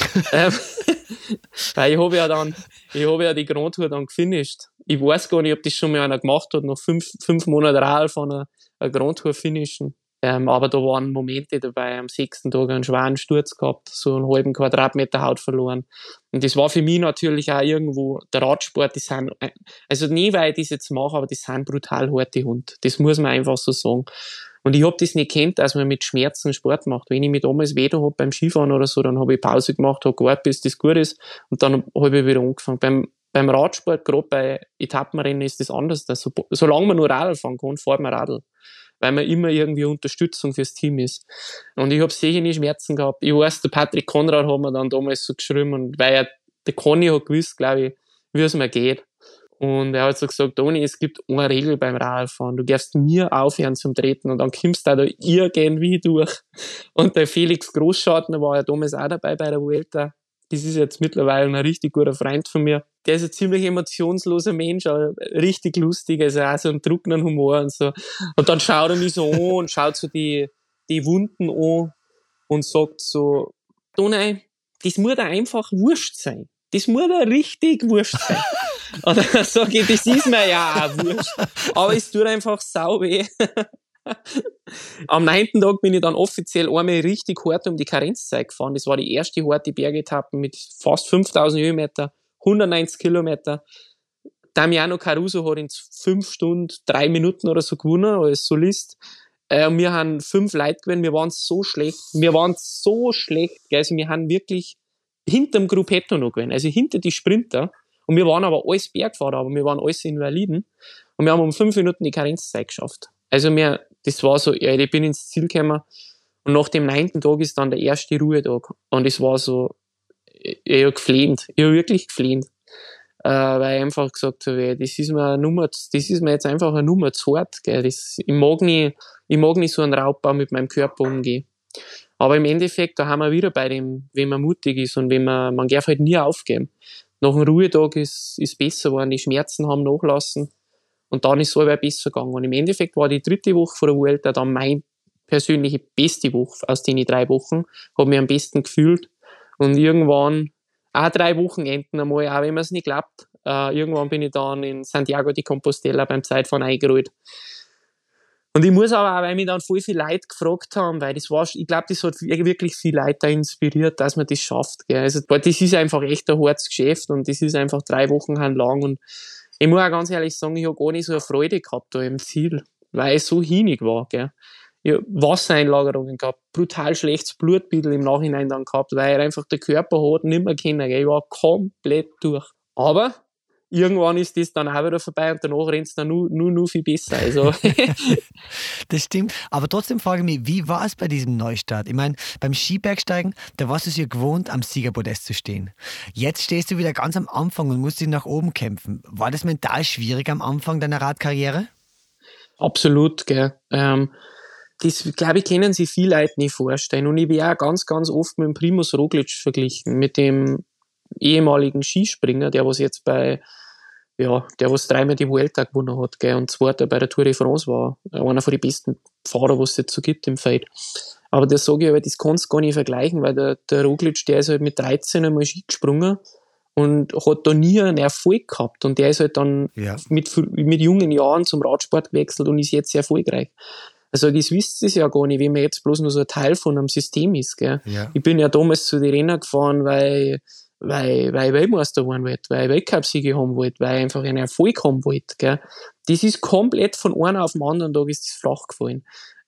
Weil ich habe ja die Grand Tour dann gefinisht. Ich weiß gar nicht, ob das schon mal einer gemacht hat, nach 5 Monaten Radfahren eine Grand Tour finishen. Aber da waren Momente dabei, am 6. Tag einen schweren Sturz gehabt, so einen halben Quadratmeter Haut verloren. Und das war für mich natürlich auch irgendwo, der Radsport, also nie, weil ich das jetzt mache, aber das sind brutal harte Hunde. Das muss man einfach so sagen. Und ich habe das nicht gekannt, dass man mit Schmerzen Sport macht. Wenn ich mich damals weh habe beim Skifahren oder so, dann habe ich Pause gemacht, habe gewartet, bis das gut ist, und dann habe ich wieder angefangen. Beim Radsport, gerade bei Etappenrennen, ist das anders. Solange man nur Radl fahren kann, fährt man Radl. Weil man immer irgendwie Unterstützung fürs Team ist. Und ich habe sicher nie Schmerzen gehabt. Ich weiß, der Patrick Konrad hat mir dann damals so geschrieben, und weil der Conny hat gewusst, glaube ich, wie es mir geht. Und er hat so gesagt, Toni, es gibt eine Regel beim Radfahren. Du darfst nie aufhören zum Treten und dann kommst du da irgendwie durch. Und der Felix Großschartner war ja damals auch dabei bei der Vuelta. Das ist jetzt mittlerweile ein richtig guter Freund von mir. Der ist ein ziemlich emotionsloser Mensch, aber richtig lustig, also auch so einen trockenen Humor und so. Und dann schaut er mich so an und schaut so die Wunden an und sagt so, Toni, das muss dir einfach wurscht sein. Das muss dir richtig wurscht sein. Und dann sage ich, das ist mir ja auch wurscht. Aber es tut einfach sau weh. Am 9. Tag bin ich dann offiziell einmal richtig hart um die Karenzzeit gefahren. Das war die erste harte Bergetappe mit fast 5000 Höhenmeter, 190 Kilometer. Damiano Caruso hat in 5 Stunden 3 Minuten oder so gewonnen als Solist. Wir haben 5 Leute gewonnen. Wir waren so schlecht. Also wir haben wirklich hinterm Gruppetto noch gewonnen. Also hinter die Sprinter. Und wir waren aber alles Bergfahrer, aber wir waren alles Invaliden. Und wir haben um 5 Minuten die Karenzzeit geschafft. Also das war so, ja, ich bin ins Ziel gekommen. Und nach dem 9. Tag ist dann der erste Ruhetag. Und es war so, ich habe geflehnt. Ich habe wirklich geflehnt. Weil ich einfach gesagt habe, das ist mir jetzt einfach eine Nummer zu hart, gell. Ich mag nicht so einen Raubbau mit meinem Körper umgehen. Aber im Endeffekt, da haben wir wieder bei dem, wenn man mutig ist und man darf halt nie aufgeben. Nach dem Ruhetag ist besser geworden, die Schmerzen haben nachlassen und dann ist es allweil besser gegangen. Und im Endeffekt war die 3. Woche vor der Vuelta dann meine persönliche beste Woche aus den 3 Wochen, habe mich am besten gefühlt. Und irgendwann, auch 3 Wochenenden einmal, auch wenn man es nicht glaubt, irgendwann bin ich dann in Santiago de Compostela beim Zeitfahren eingerollt. Und ich muss aber auch, weil mich dann voll viele Leute gefragt haben, weil ich glaube, das hat wirklich viele Leute da inspiriert, dass man das schafft, gell. Also, das ist einfach echt ein hartes Geschäft und das ist einfach 3 Wochen lang und Ich muss auch ganz ehrlich sagen, ich habe gar nicht so eine Freude gehabt da im Ziel, weil ich so hinig war, gell. Ich habe Wassereinlagerungen gehabt, brutal schlechtes Blutbild im Nachhinein dann gehabt, weil einfach der Körper hat nicht mehr können, gell. Ich war komplett durch. Aber irgendwann ist das dann auch wieder vorbei und danach rennt es dann nur viel besser. Also. Das stimmt. Aber trotzdem frage ich mich, wie war es bei diesem Neustart? Ich meine, beim Skibergsteigen, da warst du es ja gewohnt, am Siegerpodest zu stehen. Jetzt stehst du wieder ganz am Anfang und musst dich nach oben kämpfen. War das mental schwierig am Anfang deiner Radkarriere? Absolut, gell. Das, glaube ich, können sich viele Leute nicht vorstellen. Und ich bin auch ganz, ganz oft mit dem Primož Roglič verglichen, mit dem ehemaligen Skispringer, der was jetzt der was 3-mal die Vuelta gewonnen hat, gell, und zweiter bei der Tour de France war. Einer von den besten Fahrer, was es jetzt so gibt im Feld. Aber das sage ich, aber das kannst du gar nicht vergleichen, weil der Roglič, der ist halt mit 13 einmal Ski gesprungen und hat da nie einen Erfolg gehabt. Und der ist halt dann mit jungen Jahren zum Radsport gewechselt und ist jetzt sehr erfolgreich. Also das wisst ihr ja gar nicht, wenn man jetzt bloß nur so ein Teil von einem System ist. Gell. Ja. Ich bin ja damals zu den Rennen gefahren, weil ich Weltmeister werden wollte, weil ich Weltcup-Siege haben wollte, weil ich einfach einen Erfolg haben wollte. Gell. Das ist komplett von einem auf den anderen Tag ist das flach gefallen.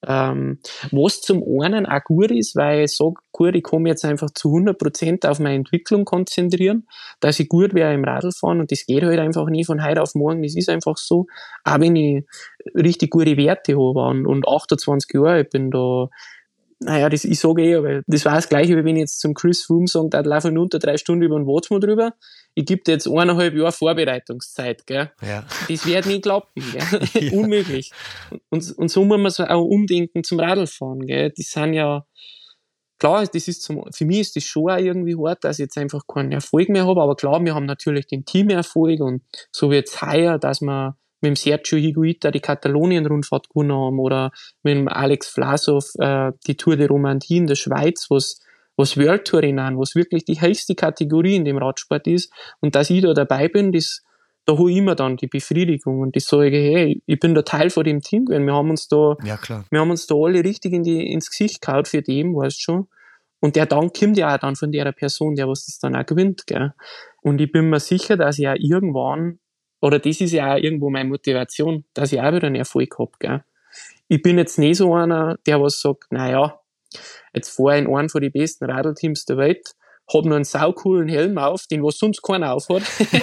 Was zum einen auch gut ist, weil ich sage, gut, ich kann mich jetzt einfach zu 100% auf meine Entwicklung konzentrieren, dass ich gut wäre im Radlfahren und das geht halt einfach nie von heute auf morgen, das ist einfach so. Auch wenn ich richtig gute Werte habe und 28 Jahre, ich bin da, ich sage weil das war das Gleiche, wie wenn ich jetzt zum Chris Froome sage, da laufe ich unter 3 Stunden über den Watzmann drüber. Ich gebe dir jetzt 1,5 Jahre Vorbereitungszeit, gell. Ja. Das wird nie klappen, gell. Ja. Unmöglich. Und so muss man so auch umdenken zum Radlfahren, gell. Das sind ja, klar, für mich ist das schon auch irgendwie hart, dass ich jetzt einfach keinen Erfolg mehr habe, aber klar, wir haben natürlich den Teamerfolg und so wie jetzt heuer, dass wir mit dem Sergio Higuita die Katalonien-Rundfahrt gewonnen haben oder mit dem Alex Vlasov die Tour de Romandie in der Schweiz, was World Tour Rennen, was wirklich die höchste Kategorie in dem Radsport ist und dass ich da dabei bin, da habe ich immer dann die Befriedigung und ich sage, hey, ich bin da Teil von dem Team gewesen, wir haben uns da alle richtig ins Gesicht gehauen für den, weißt du schon. Und der Dank kommt ja auch dann von der Person, der was das dann auch gewinnt, gell. Und ich bin mir sicher, dass ich auch irgendwann, oder das ist ja auch irgendwo meine Motivation, dass ich auch wieder einen Erfolg habe, gell. Ich bin jetzt nicht so einer, der was sagt, jetzt fahre ich in einem von den besten Radlteams der Welt, hab noch einen saucoolen Helm auf, den was sonst keiner aufhat.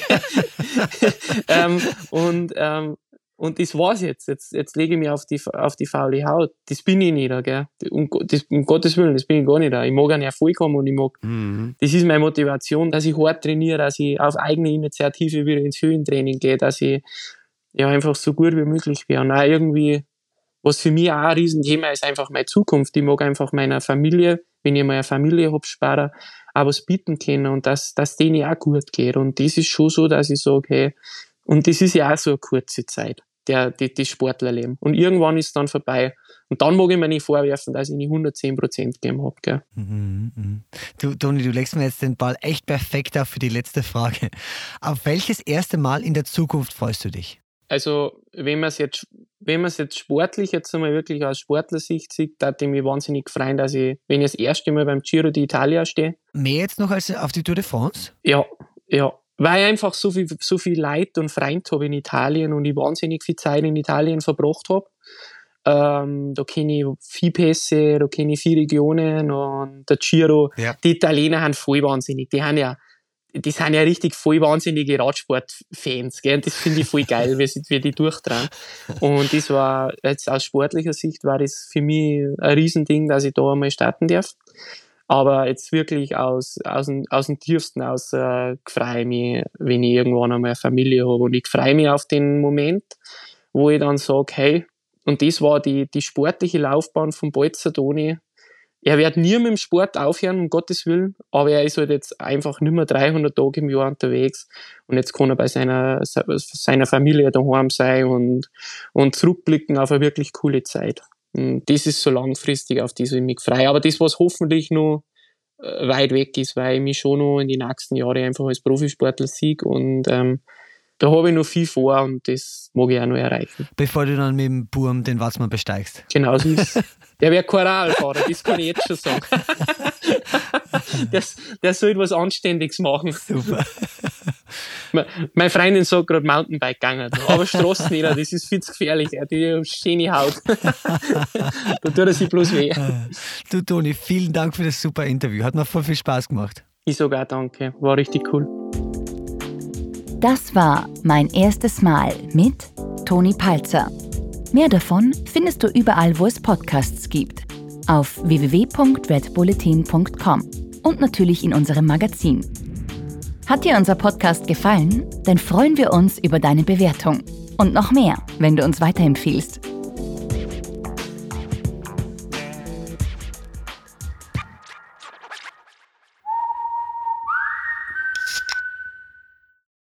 Und das war's jetzt. Jetzt lege ich mich auf die faule Haut. Das bin ich nicht, gell. Um Gottes Willen, das bin ich gar nicht. Ich mag einen Erfolg haben und ich mag, das ist meine Motivation, dass ich hart trainiere, dass ich auf eigene Initiative wieder ins Höhentraining gehe, dass ich einfach so gut wie möglich wäre. Und auch irgendwie, was für mich auch ein Riesenthema ist, einfach meine Zukunft. Ich mag einfach meiner Familie, wenn ich mal eine Familie habe, sparen, auch was bieten können und dass denen auch gut geht. Und das ist schon so, dass ich sage, hey, und das ist ja auch so eine kurze Zeit, die Sportlerleben. Und irgendwann ist es dann vorbei. Und dann mag ich mir nicht vorwerfen, dass ich nicht 110% gegeben habe. Gell? Du, Toni, du legst mir jetzt den Ball echt perfekt auf für die letzte Frage. Auf welches erste Mal in der Zukunft freust du dich? Also, wenn man es jetzt sportlich jetzt einmal wirklich aus Sportlersicht sieht, da würde ich mich wahnsinnig freuen, dass ich, wenn ich das erste Mal beim Giro d'Italia stehe. Mehr jetzt noch als auf die Tour de France? Ja. Weil ich einfach so viel Leid und Freund habe in Italien und ich wahnsinnig viel Zeit in Italien verbracht habe. Da kenne ich 4 Pässe, da kenne ich 4 Regionen und der Giro. Ja. Die Italiener sind voll wahnsinnig. Die sind ja richtig voll wahnsinnige Radsportfans, gell? Das finde ich voll geil, wie die durchdrehen. Und das war, jetzt aus sportlicher Sicht, war das für mich ein Riesending, dass ich da einmal starten darf. Aber jetzt wirklich aus dem Tiefsten aus freue ich mich, wenn ich irgendwann einmal eine Familie habe. Und ich freue mich auf den Moment, wo ich dann sage, hey, und das war die sportliche Laufbahn von Balzer Toni. Er wird nie mit dem Sport aufhören, um Gottes Willen, aber er ist halt jetzt einfach nicht mehr 300 Tage im Jahr unterwegs und jetzt kann er bei seiner Familie daheim sein und zurückblicken auf eine wirklich coole Zeit. Und das ist so langfristig, auf das ich mich freue. Aber das, was hoffentlich noch weit weg ist, weil ich mich schon noch in die nächsten Jahre einfach als Profisportler sehe und da habe ich noch viel vor und das mag ich auch noch erreichen. Bevor du dann mit dem Burm den Watzmann besteigst. Genau so ist es. Der wäre kein Radlfahrer, das kann ich jetzt schon sagen. Der soll was Anständiges machen. Super. Meine Freundin sagt gerade Mountainbike gegangen, aber Straßen nicht, das ist viel zu gefährlich, die haben schöne Haut. Da tut er sich bloß weh. Du Toni, vielen Dank für das super Interview, hat mir voll viel Spaß gemacht. Ich sage auch danke, war richtig cool. Das war mein erstes Mal mit Toni Palzer. Mehr davon findest du überall, wo es Podcasts gibt. Auf www.redbulletin.com und natürlich in unserem Magazin. Hat dir unser Podcast gefallen? Dann freuen wir uns über deine Bewertung. Und noch mehr, wenn du uns weiterempfiehlst.